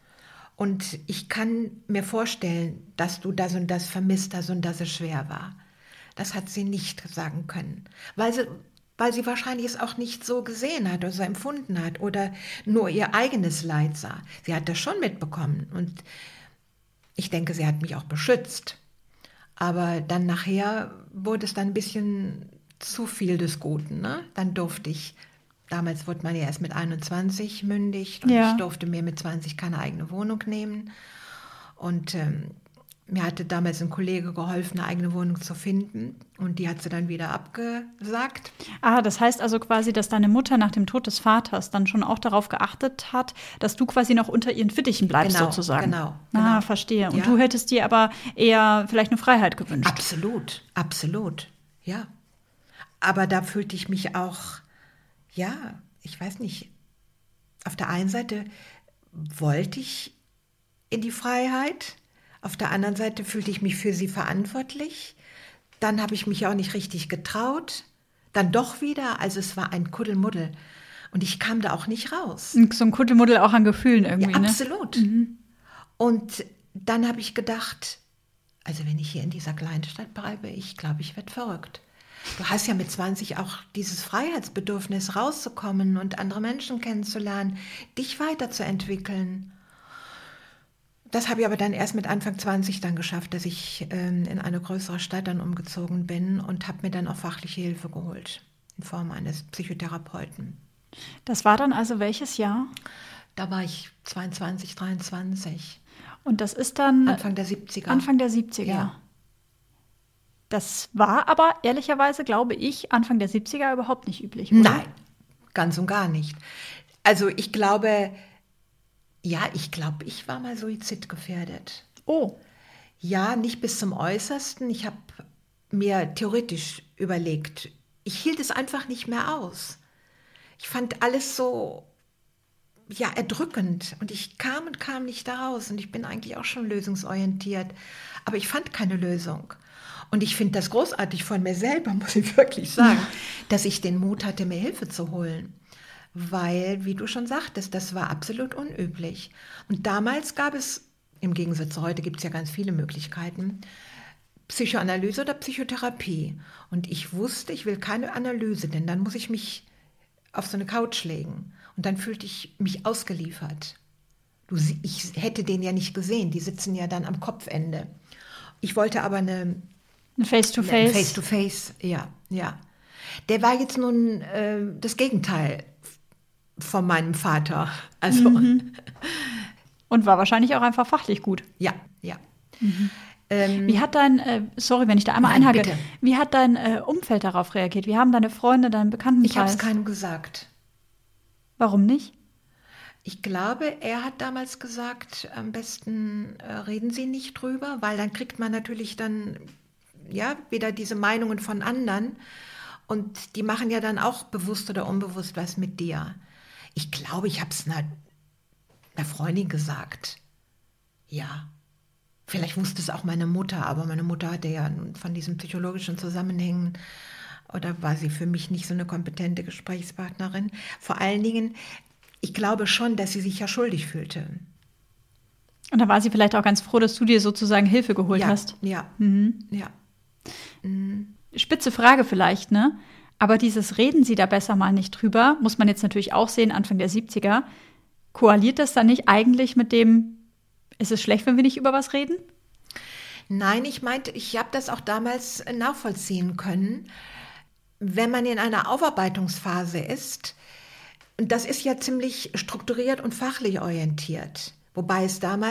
Und ich kann mir vorstellen, dass du das und das vermisst hast und dass es schwer war. Das hat sie nicht sagen können, weil sie wahrscheinlich es auch nicht so gesehen hat oder so empfunden hat oder nur ihr eigenes Leid sah. Sie hat das schon mitbekommen und ich denke, sie hat mich auch beschützt. Aber dann nachher wurde es dann ein bisschen zu viel des Guten. Ne? Dann durfte ich, damals wurde man ja erst mit 21 mündig und ich durfte mir mit 20 keine eigene Wohnung nehmen. Und mir hatte damals ein Kollege geholfen, eine eigene Wohnung zu finden und die hat sie dann wieder abgesagt. Ah, das heißt also quasi, dass deine Mutter nach dem Tod des Vaters dann schon auch darauf geachtet hat, dass du quasi noch unter ihren Fittichen bleibst, sozusagen. Genau. Ah, verstehe. Und du hättest dir aber eher vielleicht eine Freiheit gewünscht. Absolut, absolut, ja. Aber da fühlte ich mich auch, ja, ich weiß nicht, auf der einen Seite wollte ich in die Freiheit, auf der anderen Seite fühlte ich mich für sie verantwortlich. Dann habe ich mich auch nicht richtig getraut. Dann doch wieder. Also es war ein Kuddelmuddel. Und ich kam da auch nicht raus. So ein Kuddelmuddel auch an Gefühlen irgendwie, ja, absolut. Ne? Und dann habe ich gedacht, also wenn ich hier in dieser kleinen Stadt bleibe, ich glaube, ich werde verrückt. Du hast ja mit 20 auch dieses Freiheitsbedürfnis, rauszukommen und andere Menschen kennenzulernen, dich weiterzuentwickeln. Das habe ich aber dann erst mit Anfang 20 dann geschafft, dass ich in eine größere Stadt dann umgezogen bin und habe mir dann auch fachliche Hilfe geholt in Form eines Psychotherapeuten. Das war dann also welches Jahr? Da war ich 22, 23. Und das ist dann Anfang der 70er. Anfang der 70er. Ja. Das war aber ehrlicherweise, glaube ich, Anfang der 70er überhaupt nicht üblich, oder? Nein, ganz und gar nicht. Also ich glaube, ich war mal suizidgefährdet. Oh. Ja, nicht bis zum Äußersten. Ich habe mir theoretisch überlegt, ich hielt es einfach nicht mehr aus. Ich fand alles so, ja, erdrückend und ich kam nicht da raus und ich bin eigentlich auch schon lösungsorientiert, aber ich fand keine Lösung. Und ich finde das großartig von mir selber, muss ich wirklich sagen, dass ich den Mut hatte, mir Hilfe zu holen. Weil, wie du schon sagtest, das war absolut unüblich. Und damals gab es, im Gegensatz zu heute gibt es ja ganz viele Möglichkeiten, Psychoanalyse oder Psychotherapie. Und ich wusste, ich will keine Analyse, denn dann muss ich mich auf so eine Couch legen. Und dann fühlte ich mich ausgeliefert. Ich hätte den ja nicht gesehen, die sitzen ja dann am Kopfende. Ich wollte aber ein Face-to-Face. Face-to-Face, ja. Der war jetzt nun das Gegenteil von meinem Vater. Also. Und war wahrscheinlich auch einfach fachlich gut. Ja. Wie hat sorry, wenn ich da einmal einhake, bitte. Wie hat dein Umfeld darauf reagiert? Wie haben deine Freunde, dein Bekanntenkreis? Ich habe es keinem gesagt. Warum nicht? Ich glaube, er hat damals gesagt, am besten reden Sie nicht drüber, weil dann kriegt man natürlich dann ja wieder diese Meinungen von anderen. Und die machen ja dann auch bewusst oder unbewusst was mit dir. Ich glaube, ich habe es einer Freundin gesagt. Ja. Vielleicht wusste es auch meine Mutter, aber meine Mutter hatte ja von diesen psychologischen Zusammenhängen, oder war sie für mich nicht so eine kompetente Gesprächspartnerin. Vor allen Dingen, ich glaube schon, dass sie sich ja schuldig fühlte. Und da war sie vielleicht auch ganz froh, dass du dir sozusagen Hilfe geholt hast. Ja, ja. Spitze Frage vielleicht, ne? Aber dieses Reden Sie da besser mal nicht drüber, muss man jetzt natürlich auch sehen, Anfang der 70er. Koaliert das dann nicht eigentlich mit dem, ist es schlecht, wenn wir nicht über was reden? Nein, ich meinte, ich habe das auch damals nachvollziehen können. Wenn man in einer Aufarbeitungsphase ist, und das ist ja ziemlich strukturiert und fachlich orientiert, wobei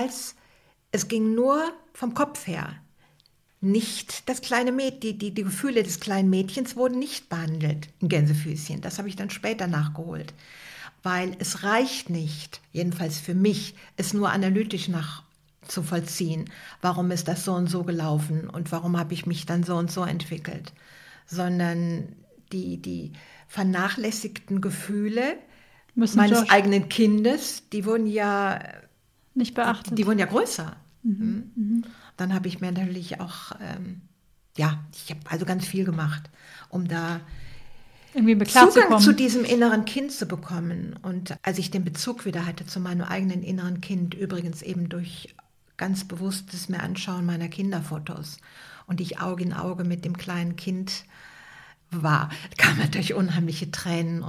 es ging nur vom Kopf her. Nicht das kleine Mädchen, die Gefühle des kleinen Mädchens wurden nicht behandelt in Gänsefüßchen. Das habe ich dann später nachgeholt. Weil es reicht nicht, jedenfalls für mich, es nur analytisch zu vollziehen. Warum ist das so und so gelaufen und warum habe ich mich dann so und so entwickelt? Sondern die vernachlässigten Gefühle meines eigenen Kindes, die wurden ja nicht beachtet. Die wurden ja größer. Dann habe ich mir natürlich auch, ich habe also ganz viel gemacht, um da irgendwie Zugang zu diesem inneren Kind zu bekommen. Und als ich den Bezug wieder hatte zu meinem eigenen inneren Kind, übrigens eben durch ganz bewusstes mir Anschauen meiner Kinderfotos und ich Auge in Auge mit dem kleinen Kind war, kamen natürlich unheimliche Tränen.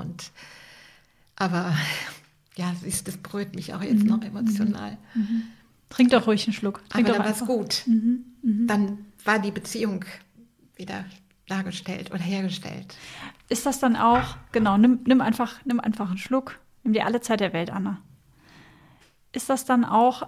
Aber ja, das berührt mich auch jetzt noch emotional. Trink doch ruhig einen Schluck. Aber dann war es gut. Dann war die Beziehung wieder dargestellt oder hergestellt. Ist das dann auch, genau, nimm einfach einen Schluck, nimm dir alle Zeit der Welt, Anna. Ist das dann auch,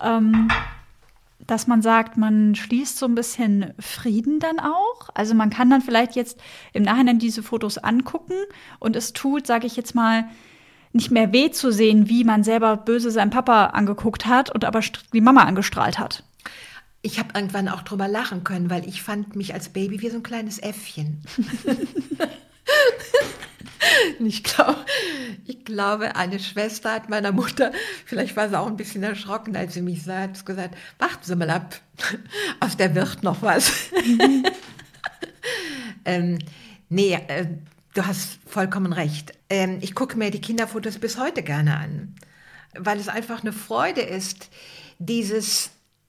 dass man sagt, man schließt so ein bisschen Frieden dann auch? Also man kann dann vielleicht jetzt im Nachhinein diese Fotos angucken und es tut, sage ich jetzt mal, nicht mehr weh zu sehen, wie man selber böse seinen Papa angeguckt hat und aber die Mama angestrahlt hat. Ich habe irgendwann auch drüber lachen können, weil ich fand mich als Baby wie so ein kleines Äffchen. Ich glaube, eine Schwester hat meiner Mutter, vielleicht war sie auch ein bisschen erschrocken, als sie mich sah, hat gesagt, warten Sie mal ab, aus der wird noch was. Du hast vollkommen recht. Ich gucke mir die Kinderfotos bis heute gerne an, weil es einfach eine Freude ist, dieses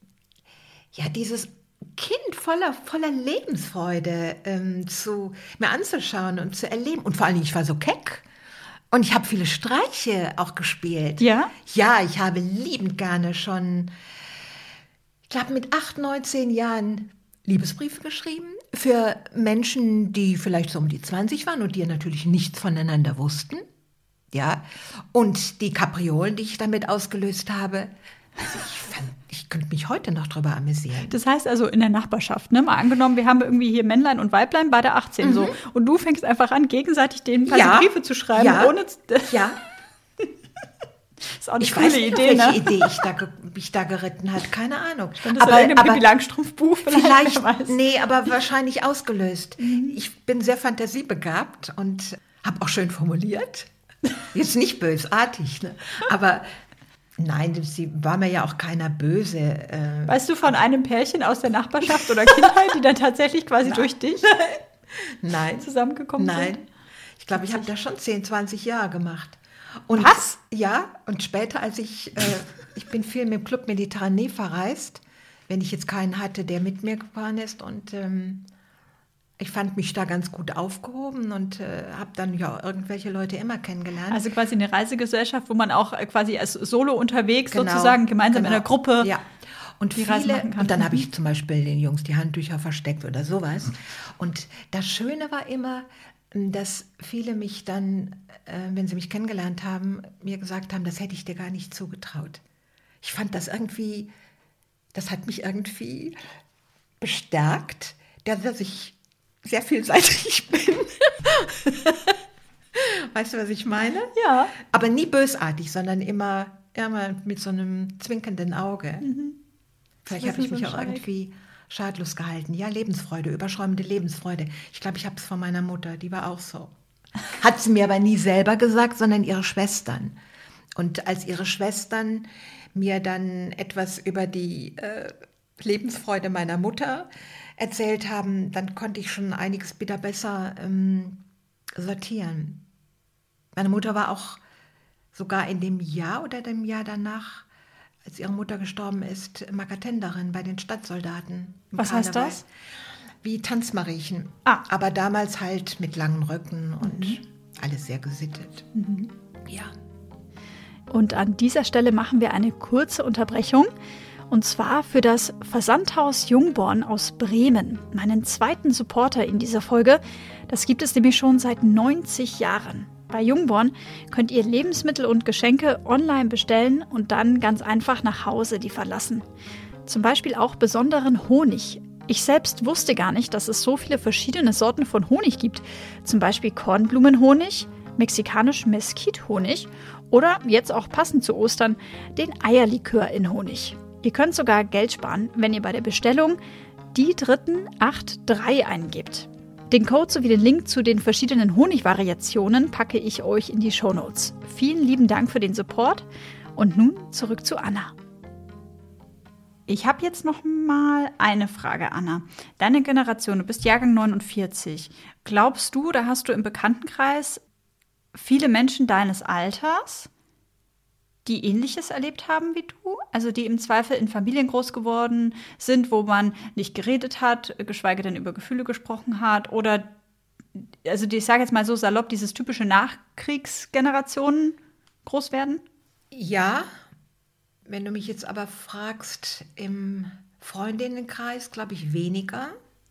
Kind voller Lebensfreude mir anzuschauen und zu erleben. Und vor allem, ich war so keck. Und ich habe viele Streiche auch gespielt. Ja? Ja, ich habe liebend gerne schon, ich glaube mit 8, 9, 10 Jahren Liebesbriefe geschrieben für Menschen, die vielleicht so um die 20 waren und die natürlich nichts voneinander wussten. Ja, und die Kapriolen, die ich damit ausgelöst habe, also ich könnte mich heute noch drüber amüsieren. Das heißt also in der Nachbarschaft, ne? Mal angenommen, wir haben irgendwie hier Männlein und Weiblein, beide 18 so. Und du fängst einfach an, gegenseitig denen Briefe zu schreiben, ohne... Ja. Ist auch eine coole Idee, welche ne? Idee mich da geritten hat, keine Ahnung. Aber in einem Pippi Langstrumpf-Buch vielleicht nee, aber wahrscheinlich ausgelöst. Ich bin sehr fantasiebegabt und habe auch schön formuliert. Jetzt nicht bösartig, ne? Aber nein, sie war mir ja auch keiner böse. Weißt du von einem Pärchen aus der Nachbarschaft oder Kindheit, die dann tatsächlich quasi durch dich zusammengekommen sind? Ich glaube, ich habe da schon 10, 20 Jahre gemacht. Und was? Ja, und später, als ich bin viel mit dem Club Mediterranee verreist, wenn ich jetzt keinen hatte, der mit mir gefahren ist. Und ich fand mich da ganz gut aufgehoben und habe dann ja irgendwelche Leute immer kennengelernt. Also quasi eine Reisegesellschaft, wo man auch quasi als Solo unterwegs sozusagen gemeinsam in einer Gruppe und viele, und dann habe ich zum Beispiel den Jungs die Handtücher versteckt oder sowas. Und das Schöne war immer, dass viele mich dann, wenn sie mich kennengelernt haben, mir gesagt haben, das hätte ich dir gar nicht zugetraut. Ich fand das irgendwie, das hat mich irgendwie bestärkt, dass ich sehr vielseitig bin. Weißt du, was ich meine? Ja. Aber nie bösartig, sondern immer mit so einem zwinkernden Auge. Vielleicht habe ich mich auch irgendwie schadlos gehalten. Ja, Lebensfreude, überschäumende Lebensfreude. Ich glaube, ich habe es von meiner Mutter, die war auch so. Hat sie mir aber nie selber gesagt, sondern ihre Schwestern. Und als ihre Schwestern mir dann etwas über die Lebensfreude meiner Mutter erzählt haben, dann konnte ich schon einiges wieder besser sortieren. Meine Mutter war auch sogar in dem Jahr oder dem Jahr danach, als ihre Mutter gestorben ist, Marketenderin bei den Stadtsoldaten. Was heißt das? Wie Tanzmariechen. Ah. Aber damals halt mit langen Röcken und alles sehr gesittet. Ja. Und an dieser Stelle machen wir eine kurze Unterbrechung. Und zwar für das Versandhaus Jungborn aus Bremen, meinen zweiten Supporter in dieser Folge. Das gibt es nämlich schon seit 90 Jahren. Bei Jungborn könnt ihr Lebensmittel und Geschenke online bestellen und dann ganz einfach nach Hause liefern lassen. Zum Beispiel auch besonderen Honig. Ich selbst wusste gar nicht, dass es so viele verschiedene Sorten von Honig gibt. Zum Beispiel Kornblumenhonig, mexikanisch Mesquite-Honig oder jetzt auch passend zu Ostern den Eierlikör in Honig. Ihr könnt sogar Geld sparen, wenn ihr bei der Bestellung die Dritten 83 eingebt. Den Code sowie den Link zu den verschiedenen Honigvariationen packe ich euch in die Shownotes. Vielen lieben Dank für den Support und nun zurück zu Anna. Ich habe jetzt noch mal eine Frage, Anna. Deine Generation, du bist Jahrgang 49. Glaubst du, da hast du im Bekanntenkreis viele Menschen deines Alters, die Ähnliches erlebt haben wie du? Also die im Zweifel in Familien groß geworden sind, wo man nicht geredet hat, geschweige denn über Gefühle gesprochen hat? Oder, also ich sage jetzt mal so salopp, dieses typische Nachkriegsgenerationen groß werden? Ja, wenn du mich jetzt aber fragst, im Freundinnenkreis, glaube ich, weniger.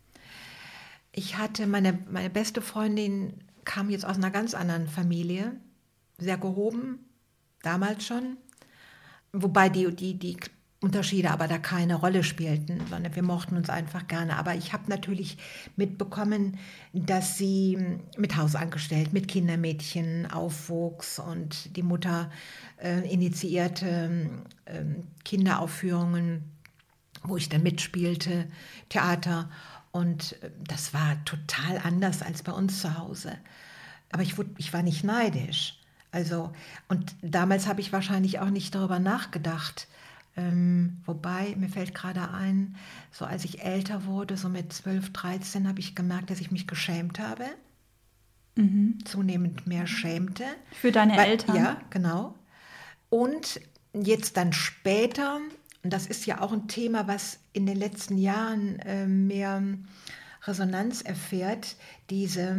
Ich hatte meine beste Freundin, kam jetzt aus einer ganz anderen Familie, sehr gehoben, damals schon, wobei die Unterschiede aber da keine Rolle spielten, sondern wir mochten uns einfach gerne. Aber ich habe natürlich mitbekommen, dass sie mit Hausangestellten, mit Kindermädchen aufwuchs und die Mutter initiierte Kinderaufführungen, wo ich dann mitspielte, Theater. Und das war total anders als bei uns zu Hause. Aber ich war nicht neidisch. Also, und damals habe ich wahrscheinlich auch nicht darüber nachgedacht. Wobei, mir fällt gerade ein, so als ich älter wurde, so mit 12, 13, habe ich gemerkt, dass ich mich geschämt habe. Zunehmend mehr schämte. Für deine Eltern? Ja, genau. Und jetzt dann später, und das ist ja auch ein Thema, was in den letzten Jahren mehr Resonanz erfährt, diese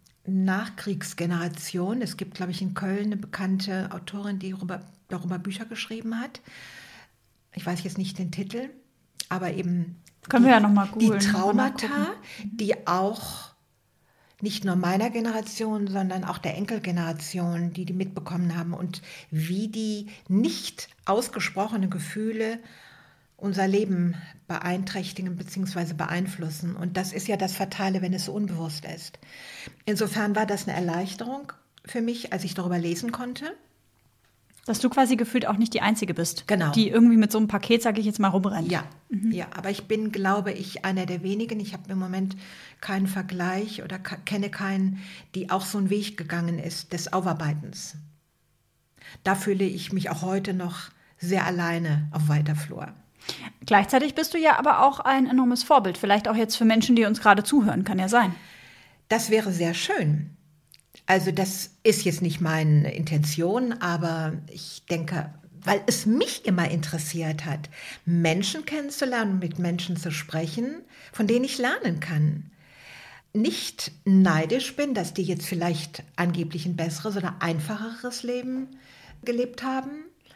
Nachkriegsgeneration. Es gibt, glaube ich, in Köln eine bekannte Autorin, die darüber Bücher geschrieben hat. Ich weiß jetzt nicht den Titel, aber eben können wir ja noch mal googeln, die Traumata, die auch nicht nur meiner Generation, sondern auch der Enkelgeneration, die mitbekommen haben und wie die nicht ausgesprochenen Gefühle unser Leben beeinträchtigen bzw. beeinflussen. Und das ist ja das Fatale, wenn es so unbewusst ist. Insofern war das eine Erleichterung für mich, als ich darüber lesen konnte. Dass du quasi gefühlt auch nicht die Einzige bist, genau, die irgendwie mit so einem Paket, sage ich jetzt mal, rumrennt. Ja, ja, aber ich bin, glaube ich, einer der wenigen. Ich habe im Moment keinen Vergleich oder kenne keinen, die auch so einen Weg gegangen ist des Aufarbeitens. Da fühle ich mich auch heute noch sehr alleine auf weiter Flur. Gleichzeitig bist du ja aber auch ein enormes Vorbild. Vielleicht auch jetzt für Menschen, die uns gerade zuhören, kann ja sein. Das wäre sehr schön. Also das ist jetzt nicht meine Intention, aber ich denke, weil es mich immer interessiert hat, Menschen kennenzulernen, mit Menschen zu sprechen, von denen ich lernen kann. Nicht neidisch bin, dass die jetzt vielleicht angeblich ein besseres oder einfacheres Leben gelebt haben,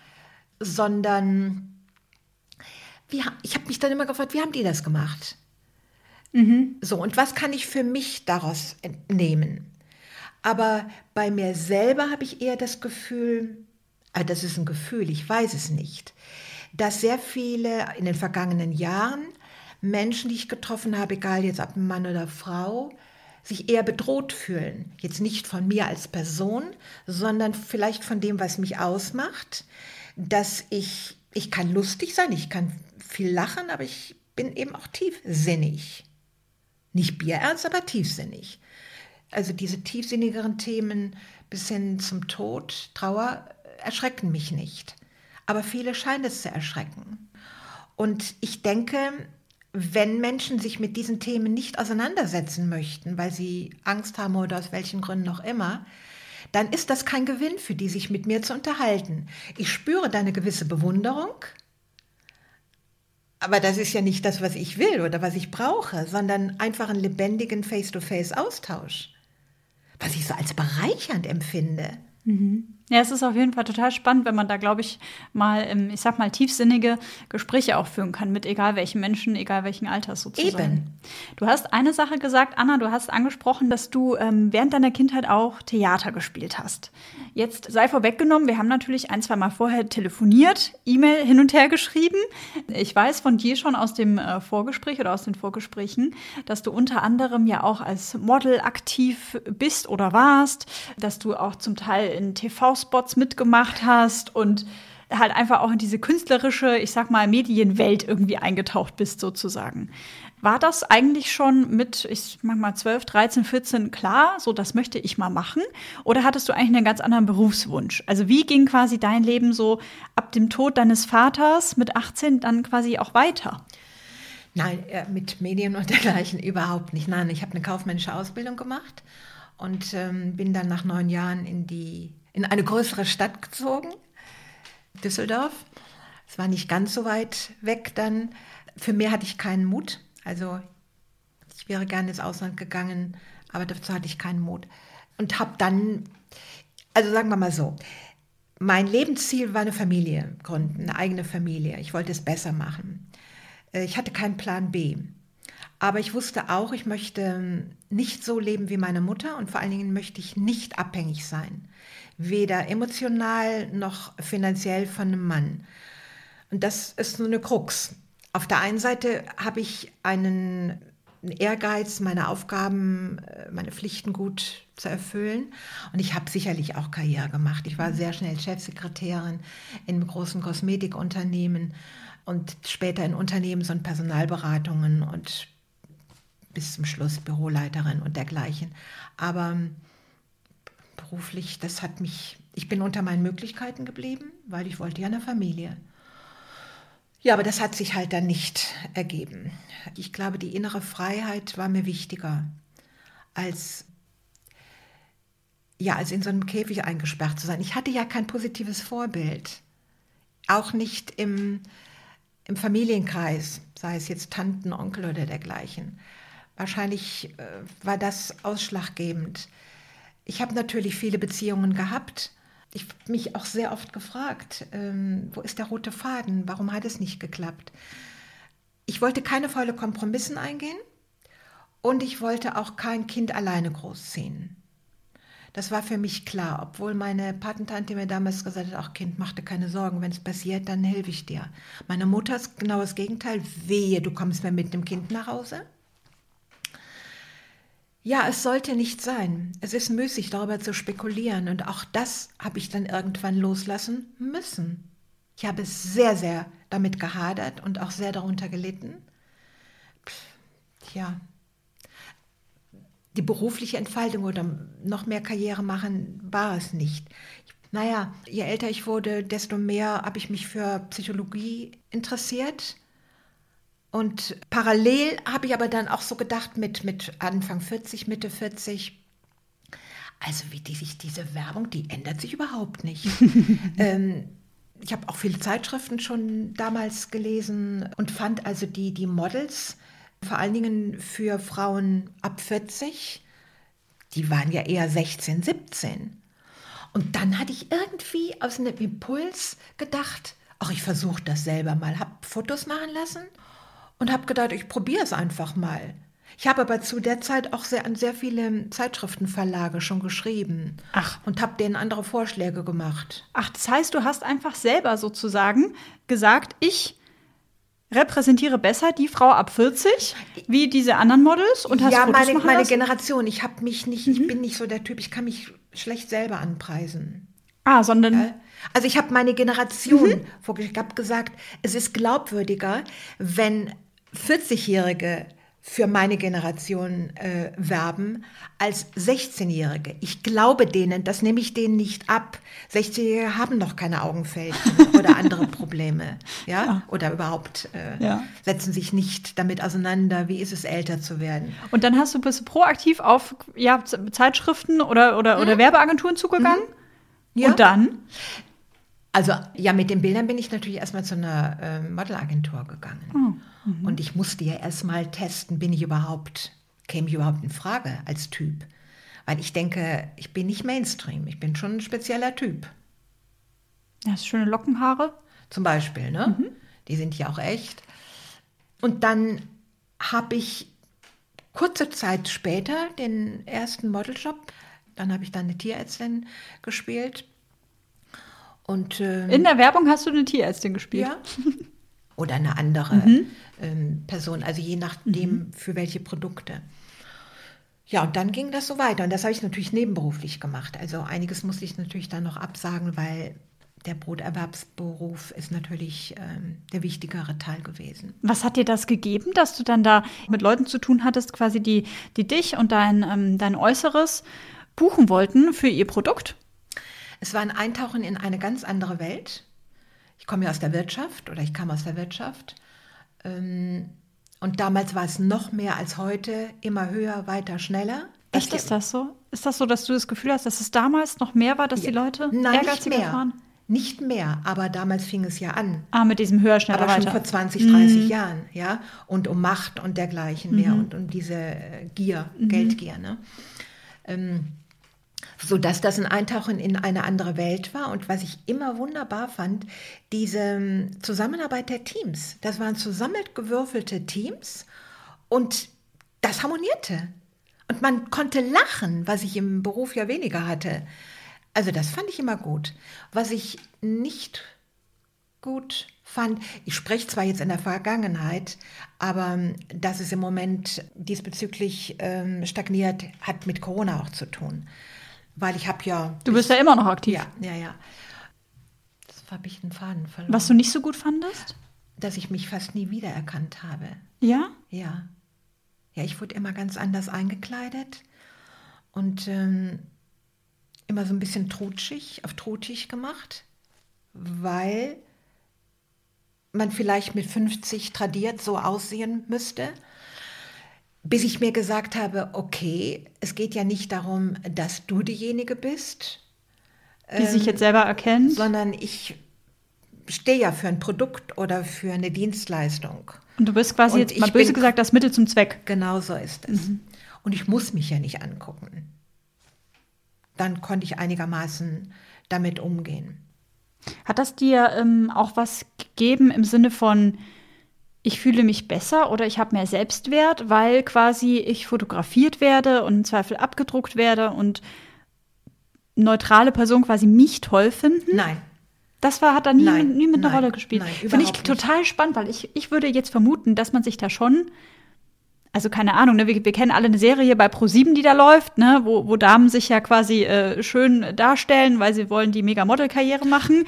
sondern ich habe mich dann immer gefragt, wie haben die das gemacht? So, und was kann ich für mich daraus entnehmen? Aber bei mir selber habe ich eher das Gefühl, das ist ein Gefühl, ich weiß es nicht, dass sehr viele in den vergangenen Jahren Menschen, die ich getroffen habe, egal jetzt ob Mann oder Frau, sich eher bedroht fühlen. Jetzt nicht von mir als Person, sondern vielleicht von dem, was mich ausmacht, dass ich kann lustig sein, ich kann viel lachen, aber ich bin eben auch tiefsinnig. Nicht bierernst, aber tiefsinnig. Also diese tiefsinnigeren Themen bis hin zum Tod, Trauer, erschrecken mich nicht. Aber viele scheinen es zu erschrecken. Und ich denke, wenn Menschen sich mit diesen Themen nicht auseinandersetzen möchten, weil sie Angst haben oder aus welchen Gründen auch immer, dann ist das kein Gewinn für die, sich mit mir zu unterhalten. Ich spüre da eine gewisse Bewunderung, aber das ist ja nicht das, was ich will oder was ich brauche, sondern einfach einen lebendigen Face-to-Face-Austausch, was ich so als bereichernd empfinde. Ja, es ist auf jeden Fall total spannend, wenn man da, glaube ich, mal, tiefsinnige Gespräche auch führen kann mit egal welchen Menschen, egal welchen Alters sozusagen. Eben. Du hast eine Sache gesagt, Anna, du hast angesprochen, dass du während deiner Kindheit auch Theater gespielt hast. Jetzt sei vorweggenommen, wir haben natürlich 1-2 Mal vorher telefoniert, E-Mail hin und her geschrieben. Ich weiß von dir schon aus dem Vorgespräch oder aus den Vorgesprächen, dass du unter anderem ja auch als Model aktiv bist oder warst, dass du auch zum Teil in TV-Spots mitgemacht hast und halt einfach auch in diese künstlerische, ich sag mal, Medienwelt irgendwie eingetaucht bist sozusagen. War das eigentlich schon mit, 12, 13, 14 klar, so das möchte ich mal machen? Oder hattest du eigentlich einen ganz anderen Berufswunsch? Also wie ging quasi dein Leben so ab dem Tod deines Vaters mit 18 dann quasi auch weiter? Nein, mit Medien und dergleichen überhaupt nicht. Nein, ich habe eine kaufmännische Ausbildung gemacht und bin dann nach 9 Jahren in eine größere Stadt gezogen, Düsseldorf. Es war nicht ganz so weit weg dann. Für mehr hatte ich keinen Mut. Also ich wäre gerne ins Ausland gegangen, aber dazu hatte ich keinen Mut. Und habe dann, also sagen wir mal so, mein Lebensziel war eine Familie gründen, eine eigene Familie. Ich wollte es besser machen. Ich hatte keinen Plan B. Aber ich wusste auch, ich möchte nicht so leben wie meine Mutter und vor allen Dingen möchte ich nicht abhängig sein. Weder emotional noch finanziell von einem Mann. Und das ist so eine Krux. Auf der einen Seite habe ich einen Ehrgeiz, meine Aufgaben, meine Pflichten gut zu erfüllen. Und ich habe sicherlich auch Karriere gemacht. Ich war sehr schnell Chefsekretärin in einem großen Kosmetikunternehmen und später in Unternehmens- und Personalberatungen und bis zum Schluss Büroleiterin und dergleichen. Aber beruflich, ich bin unter meinen Möglichkeiten geblieben, weil ich wollte ja eine Familie. Ja, aber das hat sich halt dann nicht ergeben. Ich glaube, die innere Freiheit war mir wichtiger, als in so einem Käfig eingesperrt zu sein. Ich hatte ja kein positives Vorbild, auch nicht im Familienkreis, sei es jetzt Tanten, Onkel oder dergleichen. Wahrscheinlich war das ausschlaggebend. Ich habe natürlich viele Beziehungen gehabt. Ich habe mich auch sehr oft gefragt, wo ist der rote Faden? Warum hat es nicht geklappt? Ich wollte keine faulen Kompromisse eingehen und ich wollte auch kein Kind alleine großziehen. Das war für mich klar, obwohl meine Patentante mir damals gesagt hat, ach Kind, mach dir keine Sorgen, wenn es passiert, dann helfe ich dir. Meine Mutter ist genau das Gegenteil, wehe, du kommst mir mit dem Kind nach Hause. Ja, es sollte nicht sein. Es ist müßig, darüber zu spekulieren. Und auch das habe ich dann irgendwann loslassen müssen. Ich habe sehr, sehr damit gehadert und auch sehr darunter gelitten. Die berufliche Entfaltung oder noch mehr Karriere machen war es nicht. Je älter ich wurde, desto mehr habe ich mich für Psychologie interessiert. Und parallel habe ich aber dann auch so gedacht, mit Anfang 40, Mitte 40, also wie diese Werbung, die ändert sich überhaupt nicht. Ich habe auch viele Zeitschriften schon damals gelesen und fand also die Models, vor allen Dingen für Frauen ab 40, die waren ja eher 16, 17. Und dann hatte ich irgendwie aus einem Impuls gedacht, ach, ich versuche das selber mal, habe Fotos machen lassen. Und habe gedacht, ich probiere es einfach mal. Ich habe aber zu der Zeit auch an sehr viele Zeitschriftenverlage schon geschrieben. Ach. Und habe denen andere Vorschläge gemacht. Ach, das heißt, du hast einfach selber sozusagen gesagt, ich repräsentiere besser die Frau ab 40 wie diese anderen Models und hast Fotos machen meine lassen? Generation. Ich bin nicht so der Typ, ich kann mich schlecht selber anpreisen. Sondern... Ja? Also ich habe meine Generation, ich habe gesagt, es ist glaubwürdiger, wenn 40-Jährige für meine Generation werben als 16-Jährige. Ich glaube denen, das nehme ich denen nicht ab. 16-Jährige haben noch keine Augenfältchen oder andere Probleme, ja? Oder überhaupt setzen sich nicht damit auseinander, wie ist es, älter zu werden. Und dann bist du proaktiv auf Zeitschriften oder Werbeagenturen zugegangen? Ja. Und dann? Also ja, mit den Bildern bin ich natürlich erstmal zu einer Modelagentur gegangen. Und ich musste ja erstmal testen, käme ich überhaupt in Frage als Typ. Weil ich denke, ich bin nicht Mainstream, ich bin schon ein spezieller Typ. Ja, hast schöne Lockenhaare. Zum Beispiel, ne? Die sind ja auch echt. Und dann habe ich kurze Zeit später den ersten Modeljob, dann habe ich dann eine Tierärztin gespielt. Und, in der Werbung hast du eine Tierärztin gespielt? Ja. Oder eine andere Person, also je nachdem für welche Produkte. Ja, und dann ging das so weiter. Und das habe ich natürlich nebenberuflich gemacht. Also einiges musste ich natürlich dann noch absagen, weil der Broterwerbsberuf ist natürlich der wichtigere Teil gewesen. Was hat dir das gegeben, dass du dann da mit Leuten zu tun hattest, quasi die dich und dein Äußeres buchen wollten für ihr Produkt? Es war ein Eintauchen in eine ganz andere Welt. Ich kam aus der Wirtschaft. Und damals war es noch mehr als heute, immer höher, weiter, schneller. Echt, ist das so? Ist das so, dass du das Gefühl hast, dass es damals noch mehr war, dass die Leute ehrgeiziger waren? Nicht mehr, aber damals fing es ja an. Mit diesem höher, schneller, aber weiter. Aber schon vor 20, 30 Jahren, ja. Und um Macht und dergleichen mehr und um diese Gier, Geldgier, ne? Sodass das ein Eintauchen in eine andere Welt war. Und was ich immer wunderbar fand, diese Zusammenarbeit der Teams. Das waren zusammengewürfelte Teams und das harmonierte. Und man konnte lachen, was ich im Beruf ja weniger hatte. Also das fand ich immer gut. Was ich nicht gut fand, ich spreche zwar jetzt in der Vergangenheit, aber dass es im Moment diesbezüglich stagniert, hat mit Corona auch zu tun. Weil ich habe ja... Du bist ja immer noch aktiv. Ja. Das habe ich einen Faden verloren. Was du nicht so gut fandest? Dass ich mich fast nie wiedererkannt habe. Ja? Ja. Ja, ich wurde immer ganz anders eingekleidet und immer so ein bisschen auf trutschig gemacht, weil man vielleicht mit 50 tradiert so aussehen müsste. Bis ich mir gesagt habe, okay, es geht ja nicht darum, dass du diejenige bist. Die sich jetzt selber erkennt. Sondern ich stehe ja für ein Produkt oder für eine Dienstleistung. Und du bist quasi jetzt mal böse gesagt das Mittel zum Zweck. Genau so ist es. Und ich muss mich ja nicht angucken. Dann konnte ich einigermaßen damit umgehen. Hat das dir auch was gegeben im Sinne von, ich fühle mich besser oder ich habe mehr Selbstwert, weil quasi ich fotografiert werde und im Zweifel abgedruckt werde und neutrale Personen quasi mich toll finden? Nein. Das hat da nie mit einer Rolle gespielt. Nein, finde ich total spannend, weil ich würde jetzt vermuten, dass man sich da schon, also keine Ahnung, ne, wir kennen alle eine Serie bei ProSieben, die da läuft, ne, wo Damen sich ja quasi schön darstellen, weil sie wollen die Mega-Model-Karriere machen.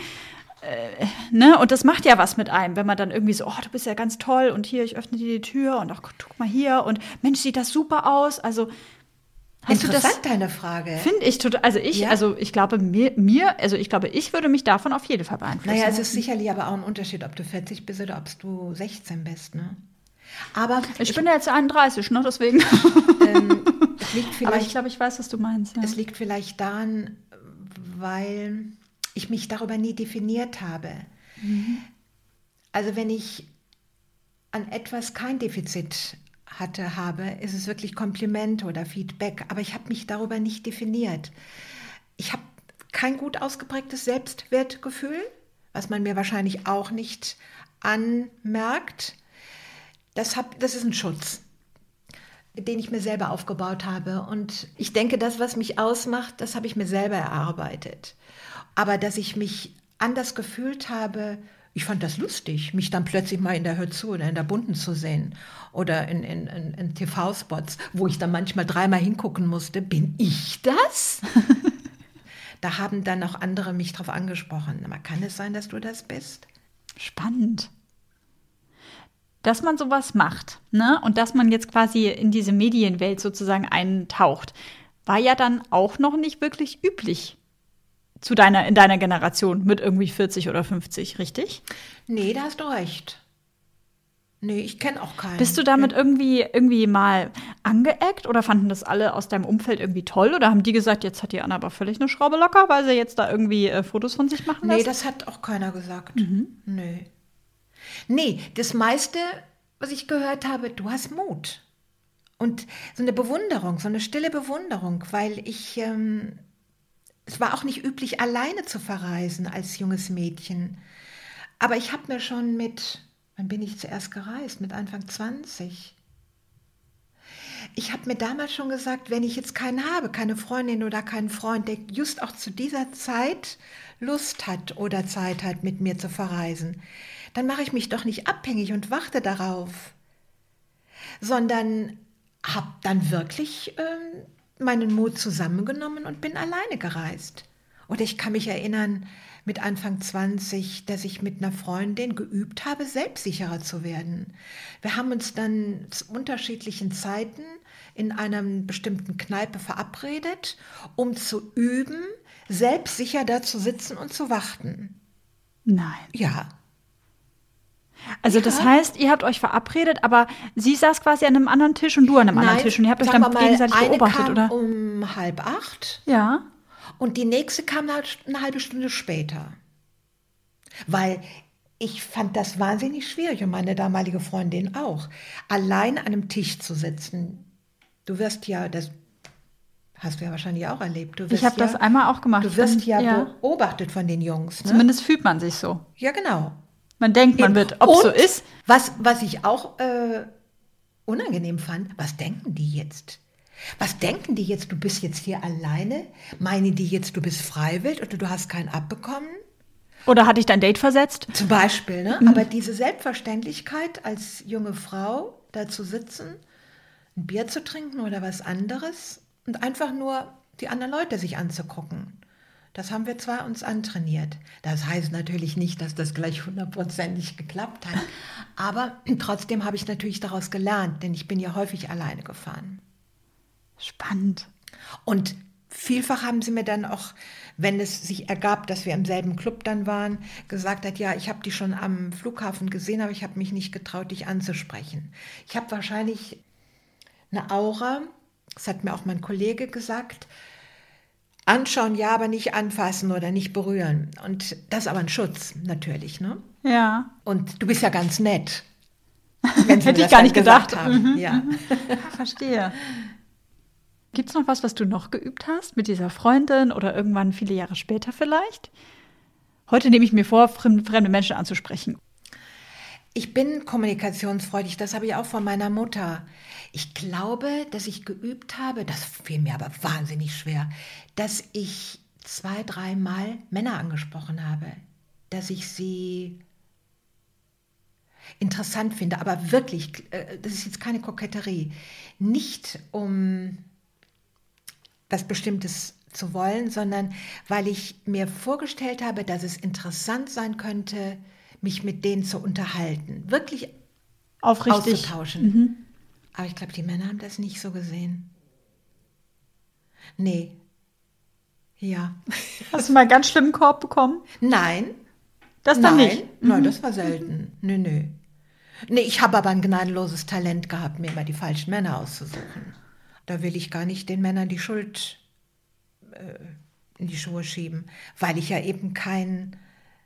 Ne? Und das macht ja was mit einem, wenn man dann irgendwie so, du bist ja ganz toll und hier, ich öffne dir die Tür und ach, guck mal hier und Mensch, sieht das super aus. Also interessant, deine Frage. Finde ich total, ich glaube ich würde mich davon auf jeden Fall beeinflussen. Naja, es ist sicherlich aber auch ein Unterschied, ob du 40 bist oder ob du 16 bist, ne? Aber ich bin ja jetzt 31, ne, deswegen. Es liegt vielleicht, aber ich glaube, ich weiß, was du meinst. Ja. Es liegt vielleicht daran, weil ich mich darüber nie definiert habe. Also wenn ich an etwas kein Defizit habe, ist es wirklich Komplimente oder Feedback, aber ich habe mich darüber nicht definiert. Ich habe kein gut ausgeprägtes Selbstwertgefühl, was man mir wahrscheinlich auch nicht anmerkt. Das ist ein Schutz, den ich mir selber aufgebaut habe. Und ich denke, das, was mich ausmacht, das habe ich mir selber erarbeitet. Aber dass ich mich anders gefühlt habe, ich fand das lustig, mich dann plötzlich mal in der Hör zu oder in der Bunten zu sehen oder in TV-Spots, wo ich dann manchmal 3-mal hingucken musste. Bin ich das? Da haben dann auch andere mich drauf angesprochen. Aber kann es sein, dass du das bist? Spannend. dass man sowas macht, ne? Und dass man jetzt quasi in diese Medienwelt sozusagen eintaucht, war ja dann auch noch nicht wirklich üblich in deiner Generation mit irgendwie 40 oder 50, richtig? Nee, da hast du recht. Nee, ich kenne auch keinen. Bist du damit irgendwie mal angeeckt oder fanden das alle aus deinem Umfeld irgendwie toll? Oder haben die gesagt, jetzt hat die Anna aber völlig eine Schraube locker, weil sie jetzt da irgendwie Fotos von sich machen lässt? Nee, das hat auch keiner gesagt. Nee. Nee, das meiste, was ich gehört habe, du hast Mut. Und so eine Bewunderung, so eine stille Bewunderung, weil es war auch nicht üblich, alleine zu verreisen als junges Mädchen. Aber ich habe mir schon wann bin ich zuerst gereist? Mit Anfang 20. Ich habe mir damals schon gesagt, wenn ich jetzt keinen habe, keine Freundin oder keinen Freund, der just auch zu dieser Zeit Lust hat oder Zeit hat, mit mir zu verreisen, dann mache ich mich doch nicht abhängig und warte darauf, sondern habe dann wirklich meinen Mut zusammengenommen und bin alleine gereist. Oder ich kann mich erinnern, mit Anfang 20, dass ich mit einer Freundin geübt habe, selbstsicherer zu werden. Wir haben uns dann zu unterschiedlichen Zeiten in einer bestimmten Kneipe verabredet, um zu üben, selbstsicher da zu sitzen und zu warten. Nein. Ja. Also das heißt, ihr habt euch verabredet, aber sie saß quasi an einem anderen Tisch und du an einem anderen Tisch und ihr habt euch dann gegenseitig beobachtet, eine oder? kam um 7:30. Ja. Und die nächste kam eine halbe Stunde später. Weil ich fand das wahnsinnig schwierig und meine damalige Freundin auch, allein an einem Tisch zu sitzen. Du wirst ja, das hast du ja wahrscheinlich auch erlebt. Ich habe das einmal auch gemacht. Du wirst ja beobachtet von den Jungs. Ne? Zumindest fühlt man sich so. Ja, genau. Man denkt, man wird, ob es so ist. Was ich auch unangenehm fand, was denken die jetzt? Was denken die jetzt, du bist jetzt hier alleine? Meinen die jetzt, du bist freiwillig oder du hast keinen abbekommen? Oder hat dich dein Date versetzt? Zum Beispiel, ne? Aber diese Selbstverständlichkeit als junge Frau, da zu sitzen, ein Bier zu trinken oder was anderes und einfach nur die anderen Leute sich anzugucken. Das haben wir zwar uns antrainiert. Das heißt natürlich nicht, dass das gleich 100% geklappt hat. Aber trotzdem habe ich natürlich daraus gelernt, denn ich bin ja häufig alleine gefahren. Spannend. Und vielfach haben sie mir dann auch, wenn es sich ergab, dass wir im selben Club dann waren, gesagt hat, ja, ich habe dich schon am Flughafen gesehen, aber ich habe mich nicht getraut, dich anzusprechen. Ich habe wahrscheinlich eine Aura, das hat mir auch mein Kollege gesagt, anschauen, ja, aber nicht anfassen oder nicht berühren. Und das ist aber ein Schutz, natürlich, ne? Ja. Und du bist ja ganz nett. Wenn sie Hätte ich das gar dann nicht gedacht. haben. Ja. Verstehe. Gibt es noch was du noch geübt hast mit dieser Freundin oder irgendwann viele Jahre später vielleicht? Heute nehme ich mir vor, fremde Menschen anzusprechen. Ich bin kommunikationsfreudig, das habe ich auch von meiner Mutter. Ich glaube, dass ich geübt habe, das fiel mir aber wahnsinnig schwer, dass ich 2-3 Mal Männer angesprochen habe, dass ich sie interessant finde, aber wirklich, das ist jetzt keine Koketterie, nicht um was Bestimmtes zu wollen, sondern weil ich mir vorgestellt habe, dass es interessant sein könnte, mich mit denen zu unterhalten, wirklich aufrichtig auszutauschen. Aber ich glaube, die Männer haben das nicht so gesehen. Nee. Ja. Hast du mal einen ganz schlimmen Korb bekommen? Nein. Das dann nicht? Nein, das war selten. Nee. Nee, ich habe aber ein gnadenloses Talent gehabt, mir immer die falschen Männer auszusuchen. Da will ich gar nicht den Männern die Schuld in die Schuhe schieben, weil ich ja eben kein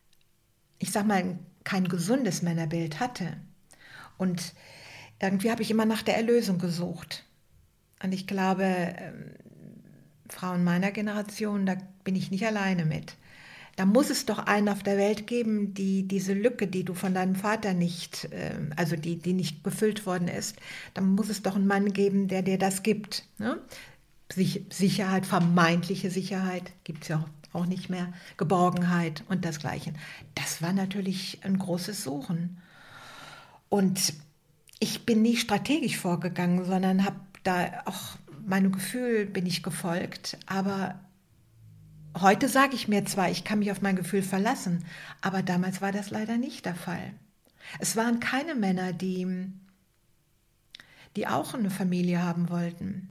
gesundes Männerbild hatte. Und irgendwie habe ich immer nach der Erlösung gesucht. Und ich glaube, Frauen meiner Generation, da bin ich nicht alleine mit. Da muss es doch einen auf der Welt geben, die diese Lücke, die du von deinem Vater nicht, also die nicht gefüllt worden ist, da muss es doch einen Mann geben, der dir das gibt. Ne? Sicherheit, vermeintliche Sicherheit, gibt es ja auch nicht mehr, Geborgenheit und das Gleiche. Das war natürlich ein großes Suchen. Und ich bin nicht strategisch vorgegangen, sondern habe da auch meinem Gefühl bin ich gefolgt, aber heute sage ich mir zwar, ich kann mich auf mein Gefühl verlassen, aber damals war das leider nicht der Fall. Es waren keine Männer, die auch eine Familie haben wollten.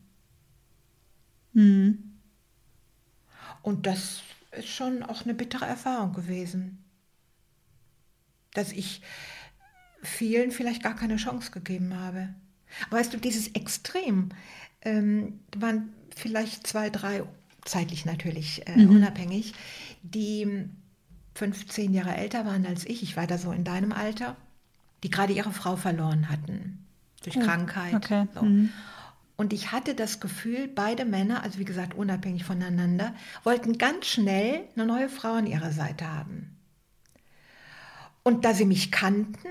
Mhm. Und das ist schon auch eine bittere Erfahrung gewesen, dass ich vielen vielleicht gar keine Chance gegeben habe. Aber weißt du, dieses Extrem waren vielleicht 2, 3, zeitlich natürlich unabhängig, die 15 Jahre älter waren als ich. Ich war da so in deinem Alter, die gerade ihre Frau verloren hatten durch Krankheit. Okay. So. Und ich hatte das Gefühl, beide Männer, also wie gesagt unabhängig voneinander, wollten ganz schnell eine neue Frau an ihrer Seite haben. Und da sie mich kannten,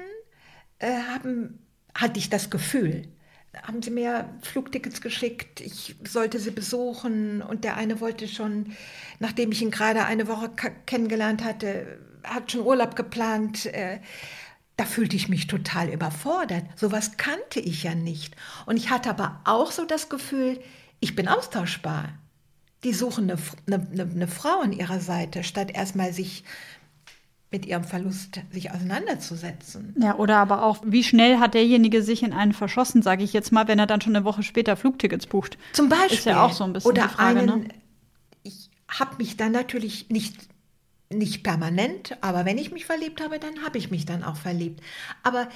hatte ich das Gefühl, haben sie mir Flugtickets geschickt, ich sollte sie besuchen und der eine wollte schon, nachdem ich ihn gerade eine Woche kennengelernt hatte, hat schon Urlaub geplant. Da fühlte ich mich total überfordert. Sowas kannte ich ja nicht. Und ich hatte aber auch so das Gefühl, ich bin austauschbar. Die suchen eine Frau an ihrer Seite, statt erstmal sich mit ihrem Verlust sich auseinanderzusetzen. Ja, oder aber auch, wie schnell hat derjenige sich in einen verschossen, sage ich jetzt mal, wenn er dann schon eine Woche später Flugtickets bucht. Zum Beispiel. Ist ja auch so ein bisschen oder die Frage, einen, ne? Ich habe mich dann natürlich nicht permanent, aber wenn ich mich verliebt habe, dann habe ich mich dann auch verliebt. Aber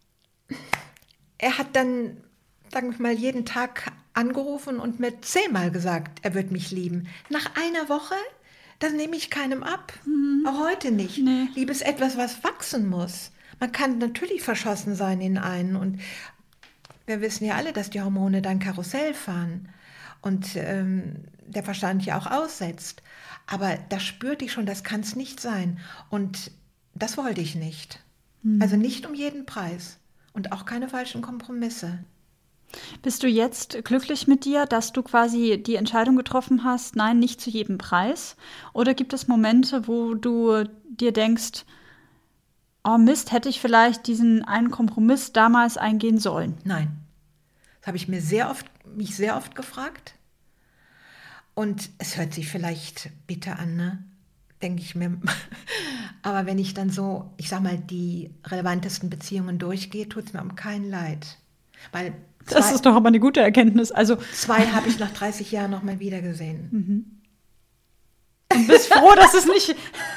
er hat dann, sagen wir mal, jeden Tag angerufen und mir 10-mal gesagt, er wird mich lieben. Nach einer Woche, das nehme ich keinem ab. Auch heute nicht. Nee. Liebe ist etwas, was wachsen muss. Man kann natürlich verschossen sein in einen und wir wissen ja alle, dass die Hormone dann Karussell fahren und der Verstand ja auch aussetzt. Aber das spürte ich schon, das kann es nicht sein. Und das wollte ich nicht. Also nicht um jeden Preis und auch keine falschen Kompromisse. Bist du jetzt glücklich mit dir, dass du quasi die Entscheidung getroffen hast, nein, nicht zu jedem Preis? Oder gibt es Momente, wo du dir denkst, oh Mist, hätte ich vielleicht diesen einen Kompromiss damals eingehen sollen? Nein. Das habe ich mich sehr oft gefragt. Und es hört sich vielleicht bitter an, ne? Denke ich mir. Aber wenn ich dann so, ich sag mal, die relevantesten Beziehungen durchgehe, tut es mir um kein Leid. Weil Das ist doch aber eine gute Erkenntnis. Also 2 habe ich nach 30 Jahren noch mal wieder gesehen. und bist froh, dass es nicht,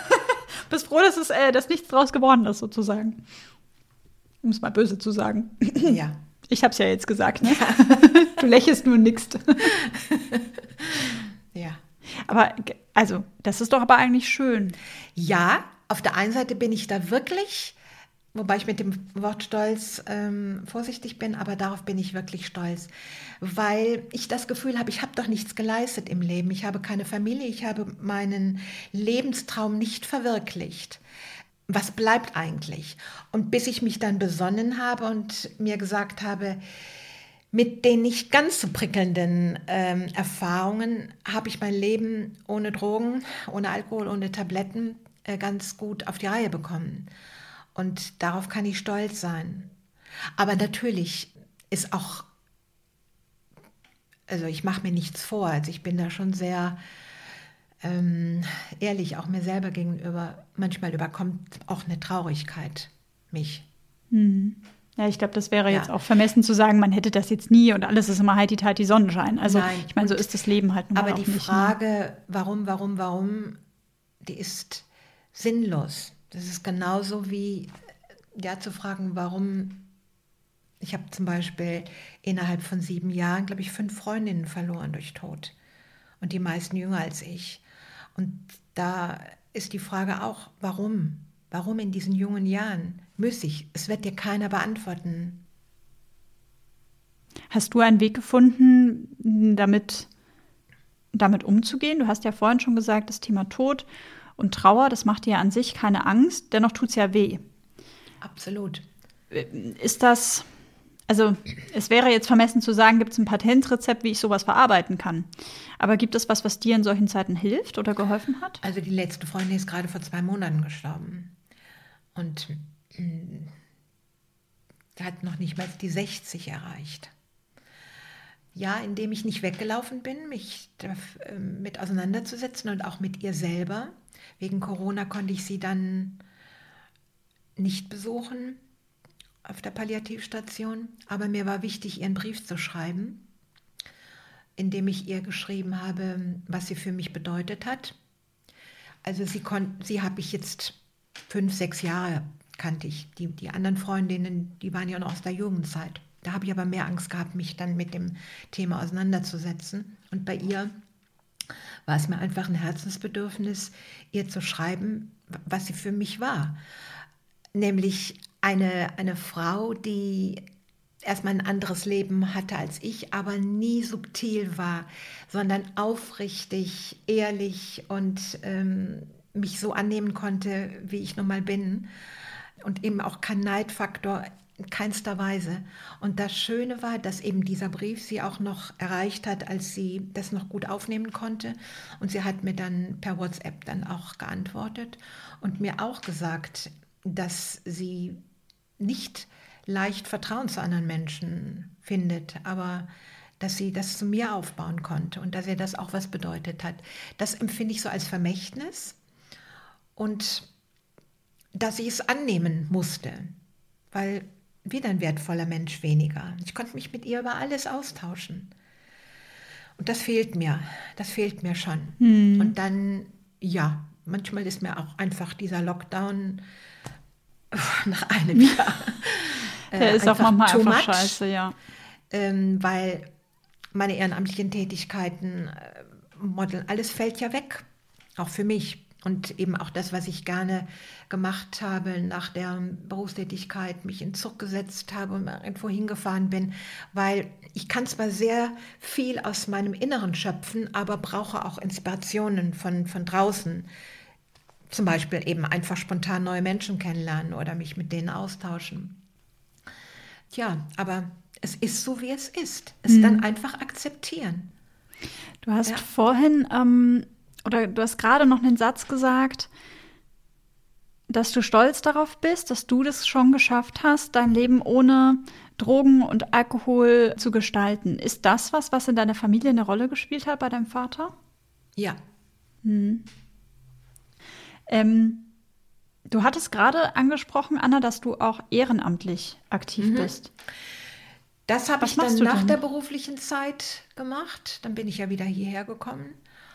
dass nichts draus geworden ist, sozusagen. Um es mal böse zu sagen. Ja. Ich habe es ja jetzt gesagt, ne? Du lächelst nur nickst. Ja. Aber, also, das ist doch aber eigentlich schön. Ja, auf der einen Seite bin ich da wirklich, wobei ich mit dem Wort stolz vorsichtig bin, aber darauf bin ich wirklich stolz, weil ich das Gefühl habe, ich habe doch nichts geleistet im Leben. Ich habe keine Familie, ich habe meinen Lebenstraum nicht verwirklicht. Was bleibt eigentlich? Und bis ich mich dann besonnen habe und mir gesagt habe, mit den nicht ganz so prickelnden Erfahrungen habe ich mein Leben ohne Drogen, ohne Alkohol, ohne Tabletten ganz gut auf die Reihe bekommen. Und darauf kann ich stolz sein. Aber natürlich ist auch, also ich mache mir nichts vor, also ich bin da schon sehr ehrlich, auch mir selber gegenüber. Manchmal überkommt auch eine Traurigkeit mich. Ja, ich glaube, das wäre jetzt auch vermessen zu sagen, man hätte das jetzt nie und alles ist immer heiti-teiti Sonnenschein. Also Nein. ich meine, so ist das Leben halt nun mal Aber auch die nicht. Frage, warum, die ist sinnlos. Das ist genauso wie zu fragen, warum. Ich habe zum Beispiel innerhalb von 7 Jahren, glaube ich, 5 Freundinnen verloren durch Tod. Und die meisten jünger als ich. Und da ist die Frage auch, warum? Warum in diesen jungen Jahren? Müßig. Es wird dir keiner beantworten. Hast du einen Weg gefunden, damit umzugehen? Du hast ja vorhin schon gesagt, das Thema Tod und Trauer, das macht dir an sich keine Angst, dennoch tut es ja weh. Absolut. Ist das, also es wäre jetzt vermessen zu sagen, gibt es ein Patentrezept, wie ich sowas verarbeiten kann. Aber gibt es was dir in solchen Zeiten hilft oder geholfen hat? Also die letzte Freundin ist gerade vor 2 Monaten gestorben. Und hat noch nicht mal die 60 erreicht. Ja, indem ich nicht weggelaufen bin, mich mit auseinanderzusetzen und auch mit ihr selber. Wegen Corona konnte ich sie dann nicht besuchen. auf der Palliativstation, aber mir war wichtig, ihr einen Brief zu schreiben, in dem ich ihr geschrieben habe, was sie für mich bedeutet hat. Also sie habe ich jetzt 5, 6 Jahre kannte ich. Die anderen Freundinnen, die waren ja noch aus der Jugendzeit. Da habe ich aber mehr Angst gehabt, mich dann mit dem Thema auseinanderzusetzen. Und bei ihr war es mir einfach ein Herzensbedürfnis, ihr zu schreiben, was sie für mich war. Nämlich eine Frau, die erstmal ein anderes Leben hatte als ich, aber nie subtil war, sondern aufrichtig, ehrlich und mich so annehmen konnte, wie ich nun mal bin. Und eben auch kein Neidfaktor in keinster Weise. Und das Schöne war, dass eben dieser Brief sie auch noch erreicht hat, als sie das noch gut aufnehmen konnte. Und sie hat mir dann per WhatsApp dann auch geantwortet und mir auch gesagt, dass sie nicht leicht Vertrauen zu anderen Menschen findet, aber dass sie das zu mir aufbauen konnte und dass ihr das auch was bedeutet hat. Das empfinde ich so als Vermächtnis und dass ich es annehmen musste, weil wieder ein wertvoller Mensch weniger. Ich konnte mich mit ihr über alles austauschen. Und das fehlt mir schon. Und dann, ja, manchmal ist mir auch einfach dieser Lockdown nach einem Jahr der ist auch manchmal einfach scheiße, ja. Weil meine ehrenamtlichen Tätigkeiten, Modeln, alles fällt ja weg, auch für mich. Und eben auch das, was ich gerne gemacht habe nach der Berufstätigkeit, mich in den Zug gesetzt habe und irgendwo hingefahren bin, weil ich kann zwar sehr viel aus meinem Inneren schöpfen, aber brauche auch Inspirationen von draußen. Zum Beispiel eben einfach spontan neue Menschen kennenlernen oder mich mit denen austauschen. Ja, aber es ist so, wie es ist. Es dann einfach akzeptieren. Du hast vorhin, oder du hast gerade noch einen Satz gesagt, dass du stolz darauf bist, dass du das schon geschafft hast, dein Leben ohne Drogen und Alkohol zu gestalten. Ist das was in deiner Familie eine Rolle gespielt hat bei deinem Vater? Ja. Du hattest gerade angesprochen, Anna, dass du auch ehrenamtlich aktiv bist. Das habe ich dann nach der beruflichen Zeit gemacht. Dann bin ich ja wieder hierher gekommen.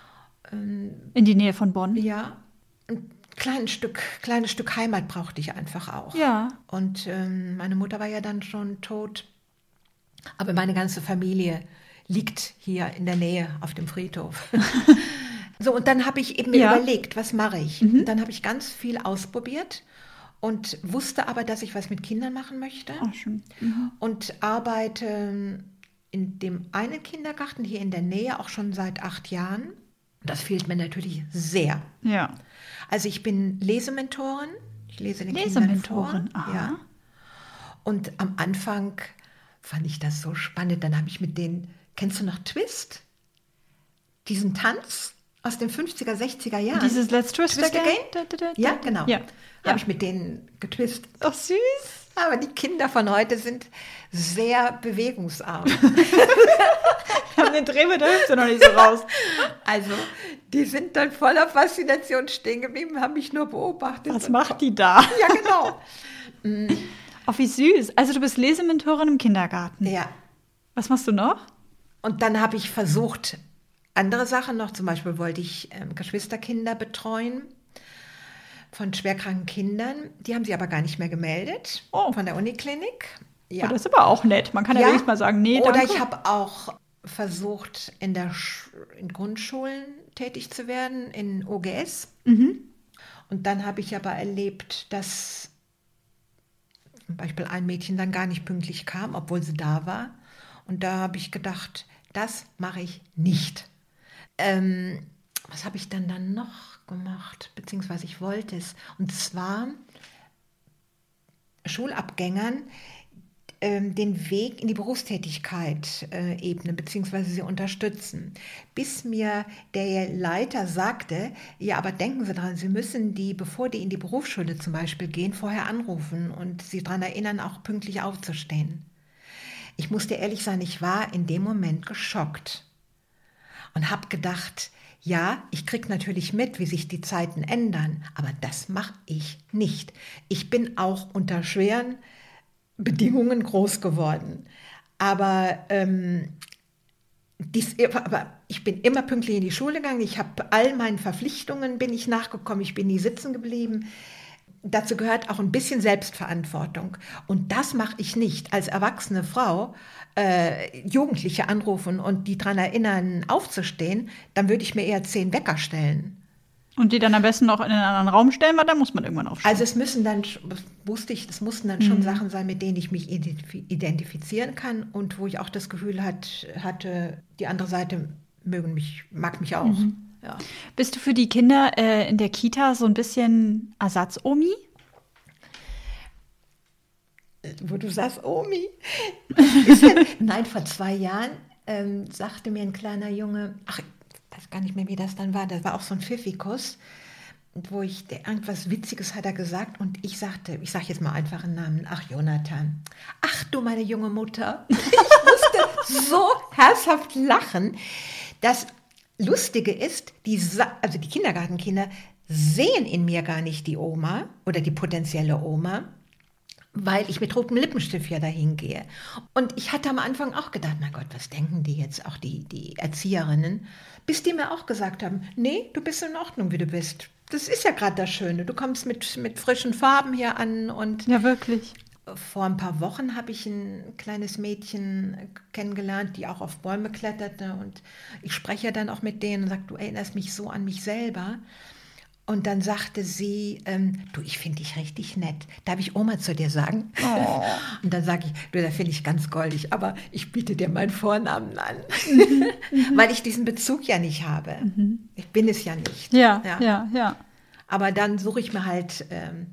In die Nähe von Bonn? Ja, ein kleines Stück Heimat brauchte ich einfach auch. Ja. Und meine Mutter war ja dann schon tot. Aber meine ganze Familie liegt hier in der Nähe auf dem Friedhof. So, und dann habe ich eben mir überlegt, was mache ich? Und dann habe ich ganz viel ausprobiert und wusste aber, dass ich was mit Kindern machen möchte. Ach, schön. Und arbeite in dem einen Kindergarten hier in der Nähe auch schon seit 8 Jahren. Das fehlt mir natürlich sehr. Ja. Also ich bin Lesementorin. Ich lese den Kindern vor. Aha. Ja. Und am Anfang fand ich das so spannend. Dann habe ich mit denen, kennst du noch Twist? Diesen Tanz aus den 50er, 60er Jahren. Dieses Let's Twist Again? Ja, genau. Ja. Habe ich mit denen getwistet. Ach, süß. Aber die Kinder von heute sind sehr bewegungsarm. Haben den Dreh mit der Hüfte noch nicht so raus. Also, die sind dann voller Faszination stehen geblieben, haben mich nur beobachtet. Was macht die da? Ja, genau. Oh, wie süß. Also du bist Lesementorin im Kindergarten. Ja. Was machst du noch? Und dann habe ich versucht, andere Sachen noch. Zum Beispiel wollte ich Geschwisterkinder betreuen von schwerkranken Kindern. Die haben sie aber gar nicht mehr gemeldet von der Uniklinik. Ja. Oh, das ist aber auch nett. Man kann ja wenigstens mal sagen, nee, danke. Oder ich habe auch versucht, in Grundschulen tätig zu werden, in OGS. Und dann habe ich aber erlebt, dass zum Beispiel ein Mädchen dann gar nicht pünktlich kam, obwohl sie da war. Und da habe ich gedacht, das mache ich nicht. Was habe ich dann noch gemacht? Beziehungsweise ich wollte es. Und zwar Schulabgängern den Weg in die Berufstätigkeit ebnen, beziehungsweise sie unterstützen. Bis mir der Leiter sagte, ja, aber denken Sie daran, Sie müssen bevor die in die Berufsschule zum Beispiel gehen, vorher anrufen und sie daran erinnern, auch pünktlich aufzustehen. Ich musste ehrlich sein, ich war in dem Moment geschockt und habe gedacht, ja, ich kriege natürlich mit, wie sich die Zeiten ändern, aber das mache ich nicht. Ich bin auch unter schweren Bedingungen groß geworden. Aber ich bin immer pünktlich in die Schule gegangen. Ich habe all meinen Verpflichtungen bin ich nachgekommen. Ich bin nie sitzen geblieben. Dazu gehört auch ein bisschen Selbstverantwortung. Und das mache ich nicht. Als erwachsene Frau Jugendliche anrufen und die daran erinnern, aufzustehen, dann würde ich mir eher 10 Wecker stellen. Und die dann am besten noch in einen anderen Raum stellen, weil dann muss man irgendwann aufstehen. Also es mussten dann schon Sachen sein, mit denen ich mich identifizieren kann und wo ich auch das Gefühl hatte, die andere Seite mag mich auch. Ja. Bist du für die Kinder in der Kita so ein bisschen Ersatz-Omi? Wo du sagst, Omi. Nein, vor 2 Jahren sagte mir ein kleiner Junge, ich weiß gar nicht mehr, wie das dann war, das war auch so ein Pfiffikus, wo irgendwas Witziges hat er gesagt und ich sage jetzt mal einfach einen Namen, ach Jonathan, ach du meine junge Mutter. Ich musste so herzhaft lachen. Das Lustige ist, die Kindergartenkinder sehen in mir gar nicht die Oma oder die potenzielle Oma, weil ich mit rotem Lippenstift ja dahin gehe. Und ich hatte am Anfang auch gedacht, mein Gott, was denken die jetzt, auch die Erzieherinnen, bis die mir auch gesagt haben, nee, du bist in Ordnung, wie du bist. Das ist ja gerade das Schöne, du kommst mit frischen Farben hier an. Und ja, wirklich. Vor ein paar Wochen habe ich ein kleines Mädchen kennengelernt, die auch auf Bäume kletterte. Und ich spreche dann auch mit denen und sage, du erinnerst mich so an mich selber. Und dann sagte sie, du, ich finde dich richtig nett. Darf ich Oma zu dir sagen? Oh. Und dann sage ich, du, das finde ich ganz goldig, aber ich biete dir meinen Vornamen an. Weil ich diesen Bezug ja nicht habe. Ich bin es ja nicht. Ja. Aber dann suche ich mir halt,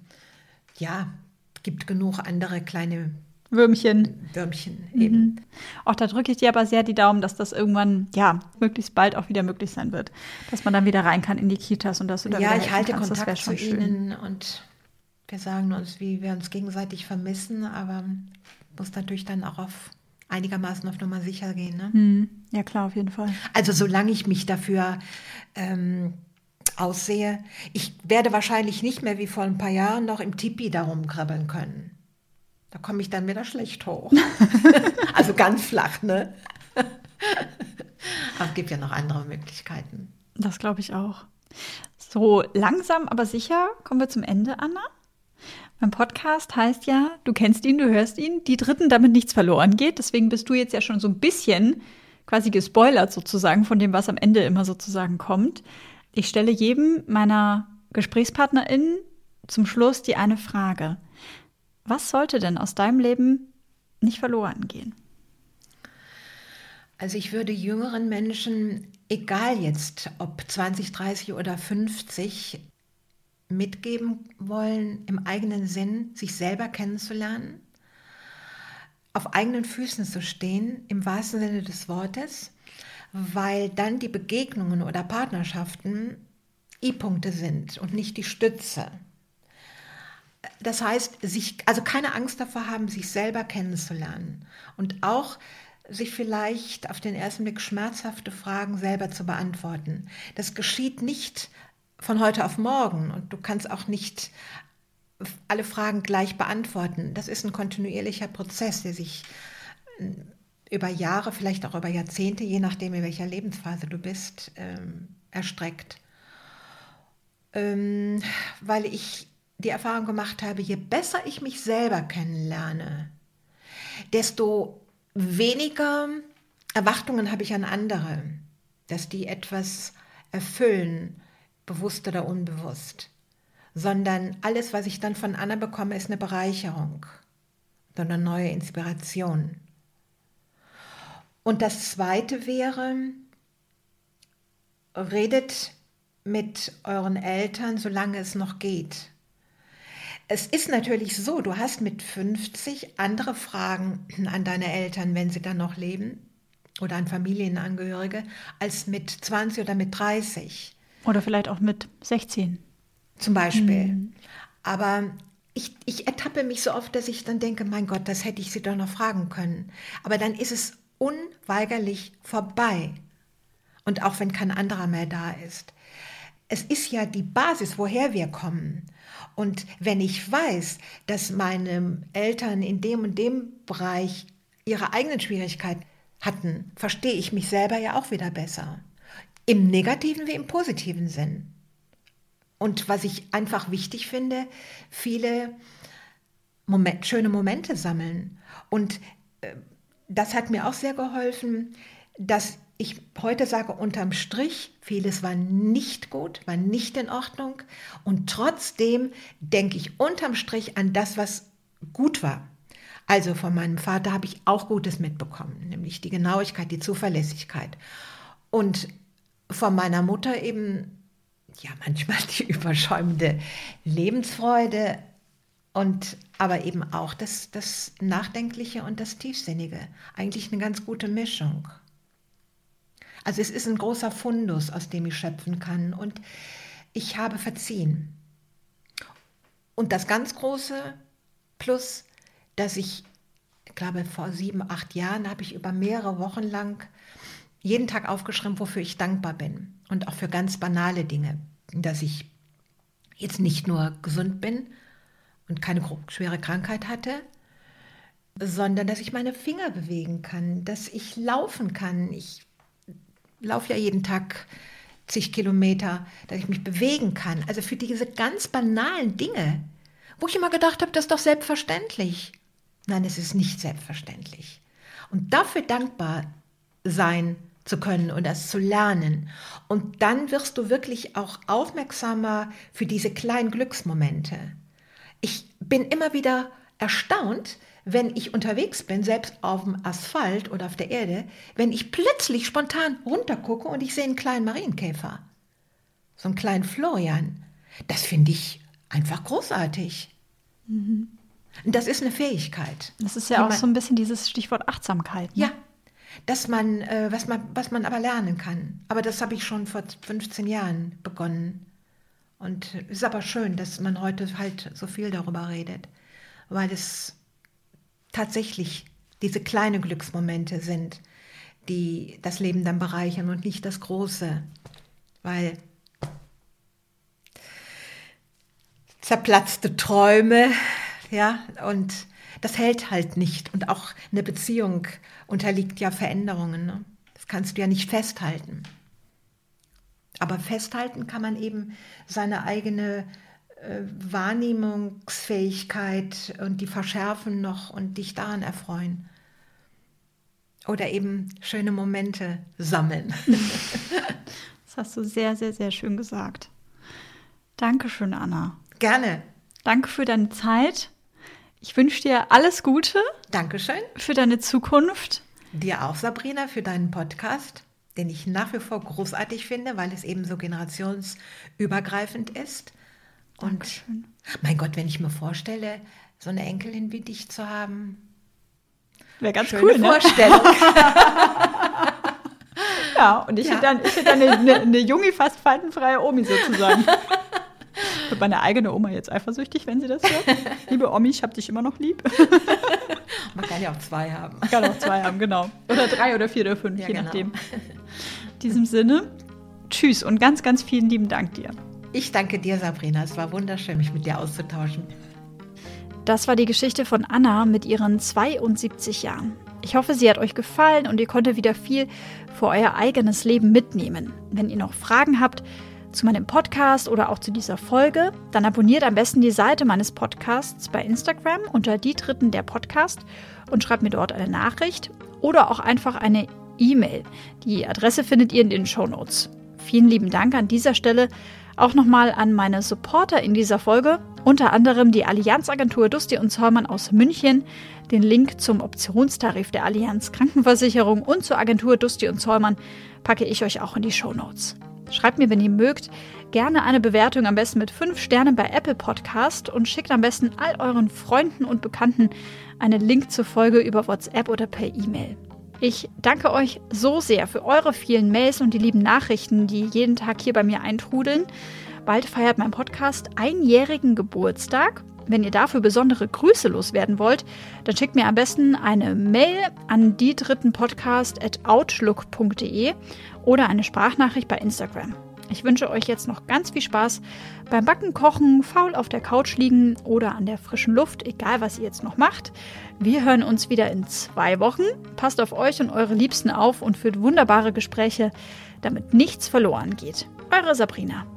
gibt genug andere kleine Würmchen eben. Auch da drücke ich dir aber sehr die Daumen, dass das irgendwann, möglichst bald auch wieder möglich sein wird. Dass man dann wieder rein kann in die Kitas und dass du da wieder ich halte kannst. Kontakt zu ihnen und wir sagen uns, wie wir uns gegenseitig vermissen, aber muss natürlich dann auch einigermaßen auf Nummer sicher gehen. Ne? Ja, klar, auf jeden Fall. Also solange ich mich dafür aussehe, ich werde wahrscheinlich nicht mehr wie vor ein paar Jahren noch im Tipi darum krabbeln können. Da komme ich dann wieder schlecht hoch. Also ganz flach, ne? Aber es gibt ja noch andere Möglichkeiten. Das glaube ich auch. So langsam, aber sicher kommen wir zum Ende, Anna. Mein Podcast heißt ja, du kennst ihn, du hörst ihn, die Dritten, damit nichts verloren geht. Deswegen bist du jetzt ja schon so ein bisschen quasi gespoilert sozusagen von dem, was am Ende immer sozusagen kommt. Ich stelle jedem meiner GesprächspartnerInnen zum Schluss die eine Frage. Was sollte denn aus deinem Leben nicht verloren gehen? Also ich würde jüngeren Menschen, egal jetzt ob 20, 30 oder 50, mitgeben wollen, im eigenen Sinn sich selber kennenzulernen, auf eigenen Füßen zu stehen, im wahrsten Sinne des Wortes, weil dann die Begegnungen oder Partnerschaften I-Punkte sind und nicht die Stütze. Das heißt, keine Angst davor haben, sich selber kennenzulernen und auch sich vielleicht auf den ersten Blick schmerzhafte Fragen selber zu beantworten. Das geschieht nicht von heute auf morgen und du kannst auch nicht alle Fragen gleich beantworten. Das ist ein kontinuierlicher Prozess, der sich über Jahre, vielleicht auch über Jahrzehnte, je nachdem, in welcher Lebensphase du bist, erstreckt. Weil ich die Erfahrung gemacht habe, je besser ich mich selber kennenlerne, desto weniger Erwartungen habe ich an andere, dass die etwas erfüllen, bewusst oder unbewusst, sondern alles, was ich dann von anderen bekomme, ist eine Bereicherung, eine neue Inspiration. Und das Zweite wäre, redet mit euren Eltern, solange es noch geht. Es ist natürlich so, du hast mit 50 andere Fragen an deine Eltern, wenn sie dann noch leben, oder an Familienangehörige, als mit 20 oder mit 30. Oder vielleicht auch mit 16. Zum Beispiel. Aber ich ertappe mich so oft, dass ich dann denke, mein Gott, das hätte ich sie doch noch fragen können. Aber dann ist es unweigerlich vorbei. Und auch wenn kein anderer mehr da ist. es ist ja die Basis, woher wir kommen. Und wenn ich weiß, dass meine Eltern in dem und dem Bereich ihre eigenen Schwierigkeiten hatten, verstehe ich mich selber ja auch wieder besser. Im negativen wie im positiven Sinn. Und was ich einfach wichtig finde, viele schöne Momente sammeln. Und das hat mir auch sehr geholfen, dass ich heute sage, unterm Strich, vieles war nicht gut, war nicht in Ordnung. Und trotzdem denke ich unterm Strich an das, was gut war. Also von meinem Vater habe ich auch Gutes mitbekommen, nämlich die Genauigkeit, die Zuverlässigkeit. Und von meiner Mutter eben, ja, manchmal die überschäumende Lebensfreude und aber eben auch das Nachdenkliche und das Tiefsinnige. Eigentlich eine ganz gute Mischung. Also es ist ein großer Fundus, aus dem ich schöpfen kann und ich habe verziehen. Und das ganz große Plus, dass ich glaube vor 7, 8 Jahren habe ich über mehrere Wochen lang jeden Tag aufgeschrieben, wofür ich dankbar bin und auch für ganz banale Dinge, dass ich jetzt nicht nur gesund bin und keine schwere Krankheit hatte, sondern dass ich meine Finger bewegen kann, dass ich laufen kann. Ich laufe ja jeden Tag zig Kilometer, dass ich mich bewegen kann. Also für diese ganz banalen Dinge, wo ich immer gedacht habe, das ist doch selbstverständlich. Nein, es ist nicht selbstverständlich. Und dafür dankbar sein zu können und das zu lernen. Und dann wirst du wirklich auch aufmerksamer für diese kleinen Glücksmomente. Ich bin immer wieder erstaunt, wenn ich unterwegs bin, selbst auf dem Asphalt oder auf der Erde, wenn ich plötzlich spontan runtergucke und ich sehe einen kleinen Marienkäfer. So einen kleinen Florian. Das finde ich einfach großartig. Mhm. Und das ist eine Fähigkeit. Das ist ja auch so ein bisschen dieses Stichwort Achtsamkeit. Ne? Ja, dass man, was man aber lernen kann. Aber das habe ich schon vor 15 Jahren begonnen. Und es ist aber schön, dass man heute halt so viel darüber redet, weil es tatsächlich diese kleinen Glücksmomente sind, die das Leben dann bereichern und nicht das Große, weil zerplatzte Träume, ja, und das hält halt nicht. Und auch eine Beziehung unterliegt ja Veränderungen. Ne? Das kannst du ja nicht festhalten. Aber festhalten kann man eben seine eigene Wahrnehmungsfähigkeit und die verschärfen noch und dich daran erfreuen. Oder eben schöne Momente sammeln. Das hast du sehr, sehr, sehr schön gesagt. Dankeschön, Anna. Gerne. Danke für deine Zeit. Ich wünsche dir alles Gute. Dankeschön. Für deine Zukunft. Dir auch, Sabrina, für deinen Podcast, den ich nach wie vor großartig finde, weil es eben so generationsübergreifend ist. Und mein Gott, wenn ich mir vorstelle, so eine Enkelin wie dich zu haben, wäre ganz schöne cool, ne? Vorstellung. Ja, und ich hätte dann eine junge, fast faltenfreie Omi sozusagen. Wird meine eigene Oma jetzt eifersüchtig, wenn sie das hört? Liebe Omi, ich hab dich immer noch lieb. Man kann ja auch 2 haben. Man kann auch 2 haben, genau. Oder 3 oder 4 oder 5, je nachdem. In diesem Sinne, tschüss und ganz, ganz vielen lieben Dank dir. Ich danke dir, Sabrina. Es war wunderschön, mich mit dir auszutauschen. Das war die Geschichte von Anna mit ihren 72 Jahren. Ich hoffe, sie hat euch gefallen und ihr konntet wieder viel für euer eigenes Leben mitnehmen. Wenn ihr noch Fragen habt zu meinem Podcast oder auch zu dieser Folge, dann abonniert am besten die Seite meines Podcasts bei Instagram unter Die Dritten der Podcast und schreibt mir dort eine Nachricht oder auch einfach eine E-Mail. Die Adresse findet ihr in den Shownotes. Vielen lieben Dank an dieser Stelle auch nochmal an meine Supporter in dieser Folge, unter anderem die Allianz-Agentur Dusti und Zollmann aus München. Den Link zum Optionstarif der Allianz Krankenversicherung und zur Agentur Dusti und Zollmann packe ich euch auch in die Shownotes. Schreibt mir, wenn ihr mögt, gerne eine Bewertung, am besten mit 5 Sternen bei Apple Podcast und schickt am besten all euren Freunden und Bekannten einen Link zur Folge über WhatsApp oder per E-Mail. Ich danke euch so sehr für eure vielen Mails und die lieben Nachrichten, die jeden Tag hier bei mir eintrudeln. Bald feiert mein Podcast einjährigen Geburtstag. Wenn ihr dafür besondere Grüße loswerden wollt, dann schickt mir am besten eine Mail an diedrittenpodcast@outlook.de oder eine Sprachnachricht bei Instagram. Ich wünsche euch jetzt noch ganz viel Spaß beim Backen, Kochen, faul auf der Couch liegen oder an der frischen Luft, egal was ihr jetzt noch macht. Wir hören uns wieder in 2 Wochen. Passt auf euch und eure Liebsten auf und führt wunderbare Gespräche, damit nichts verloren geht. Eure Sabrina.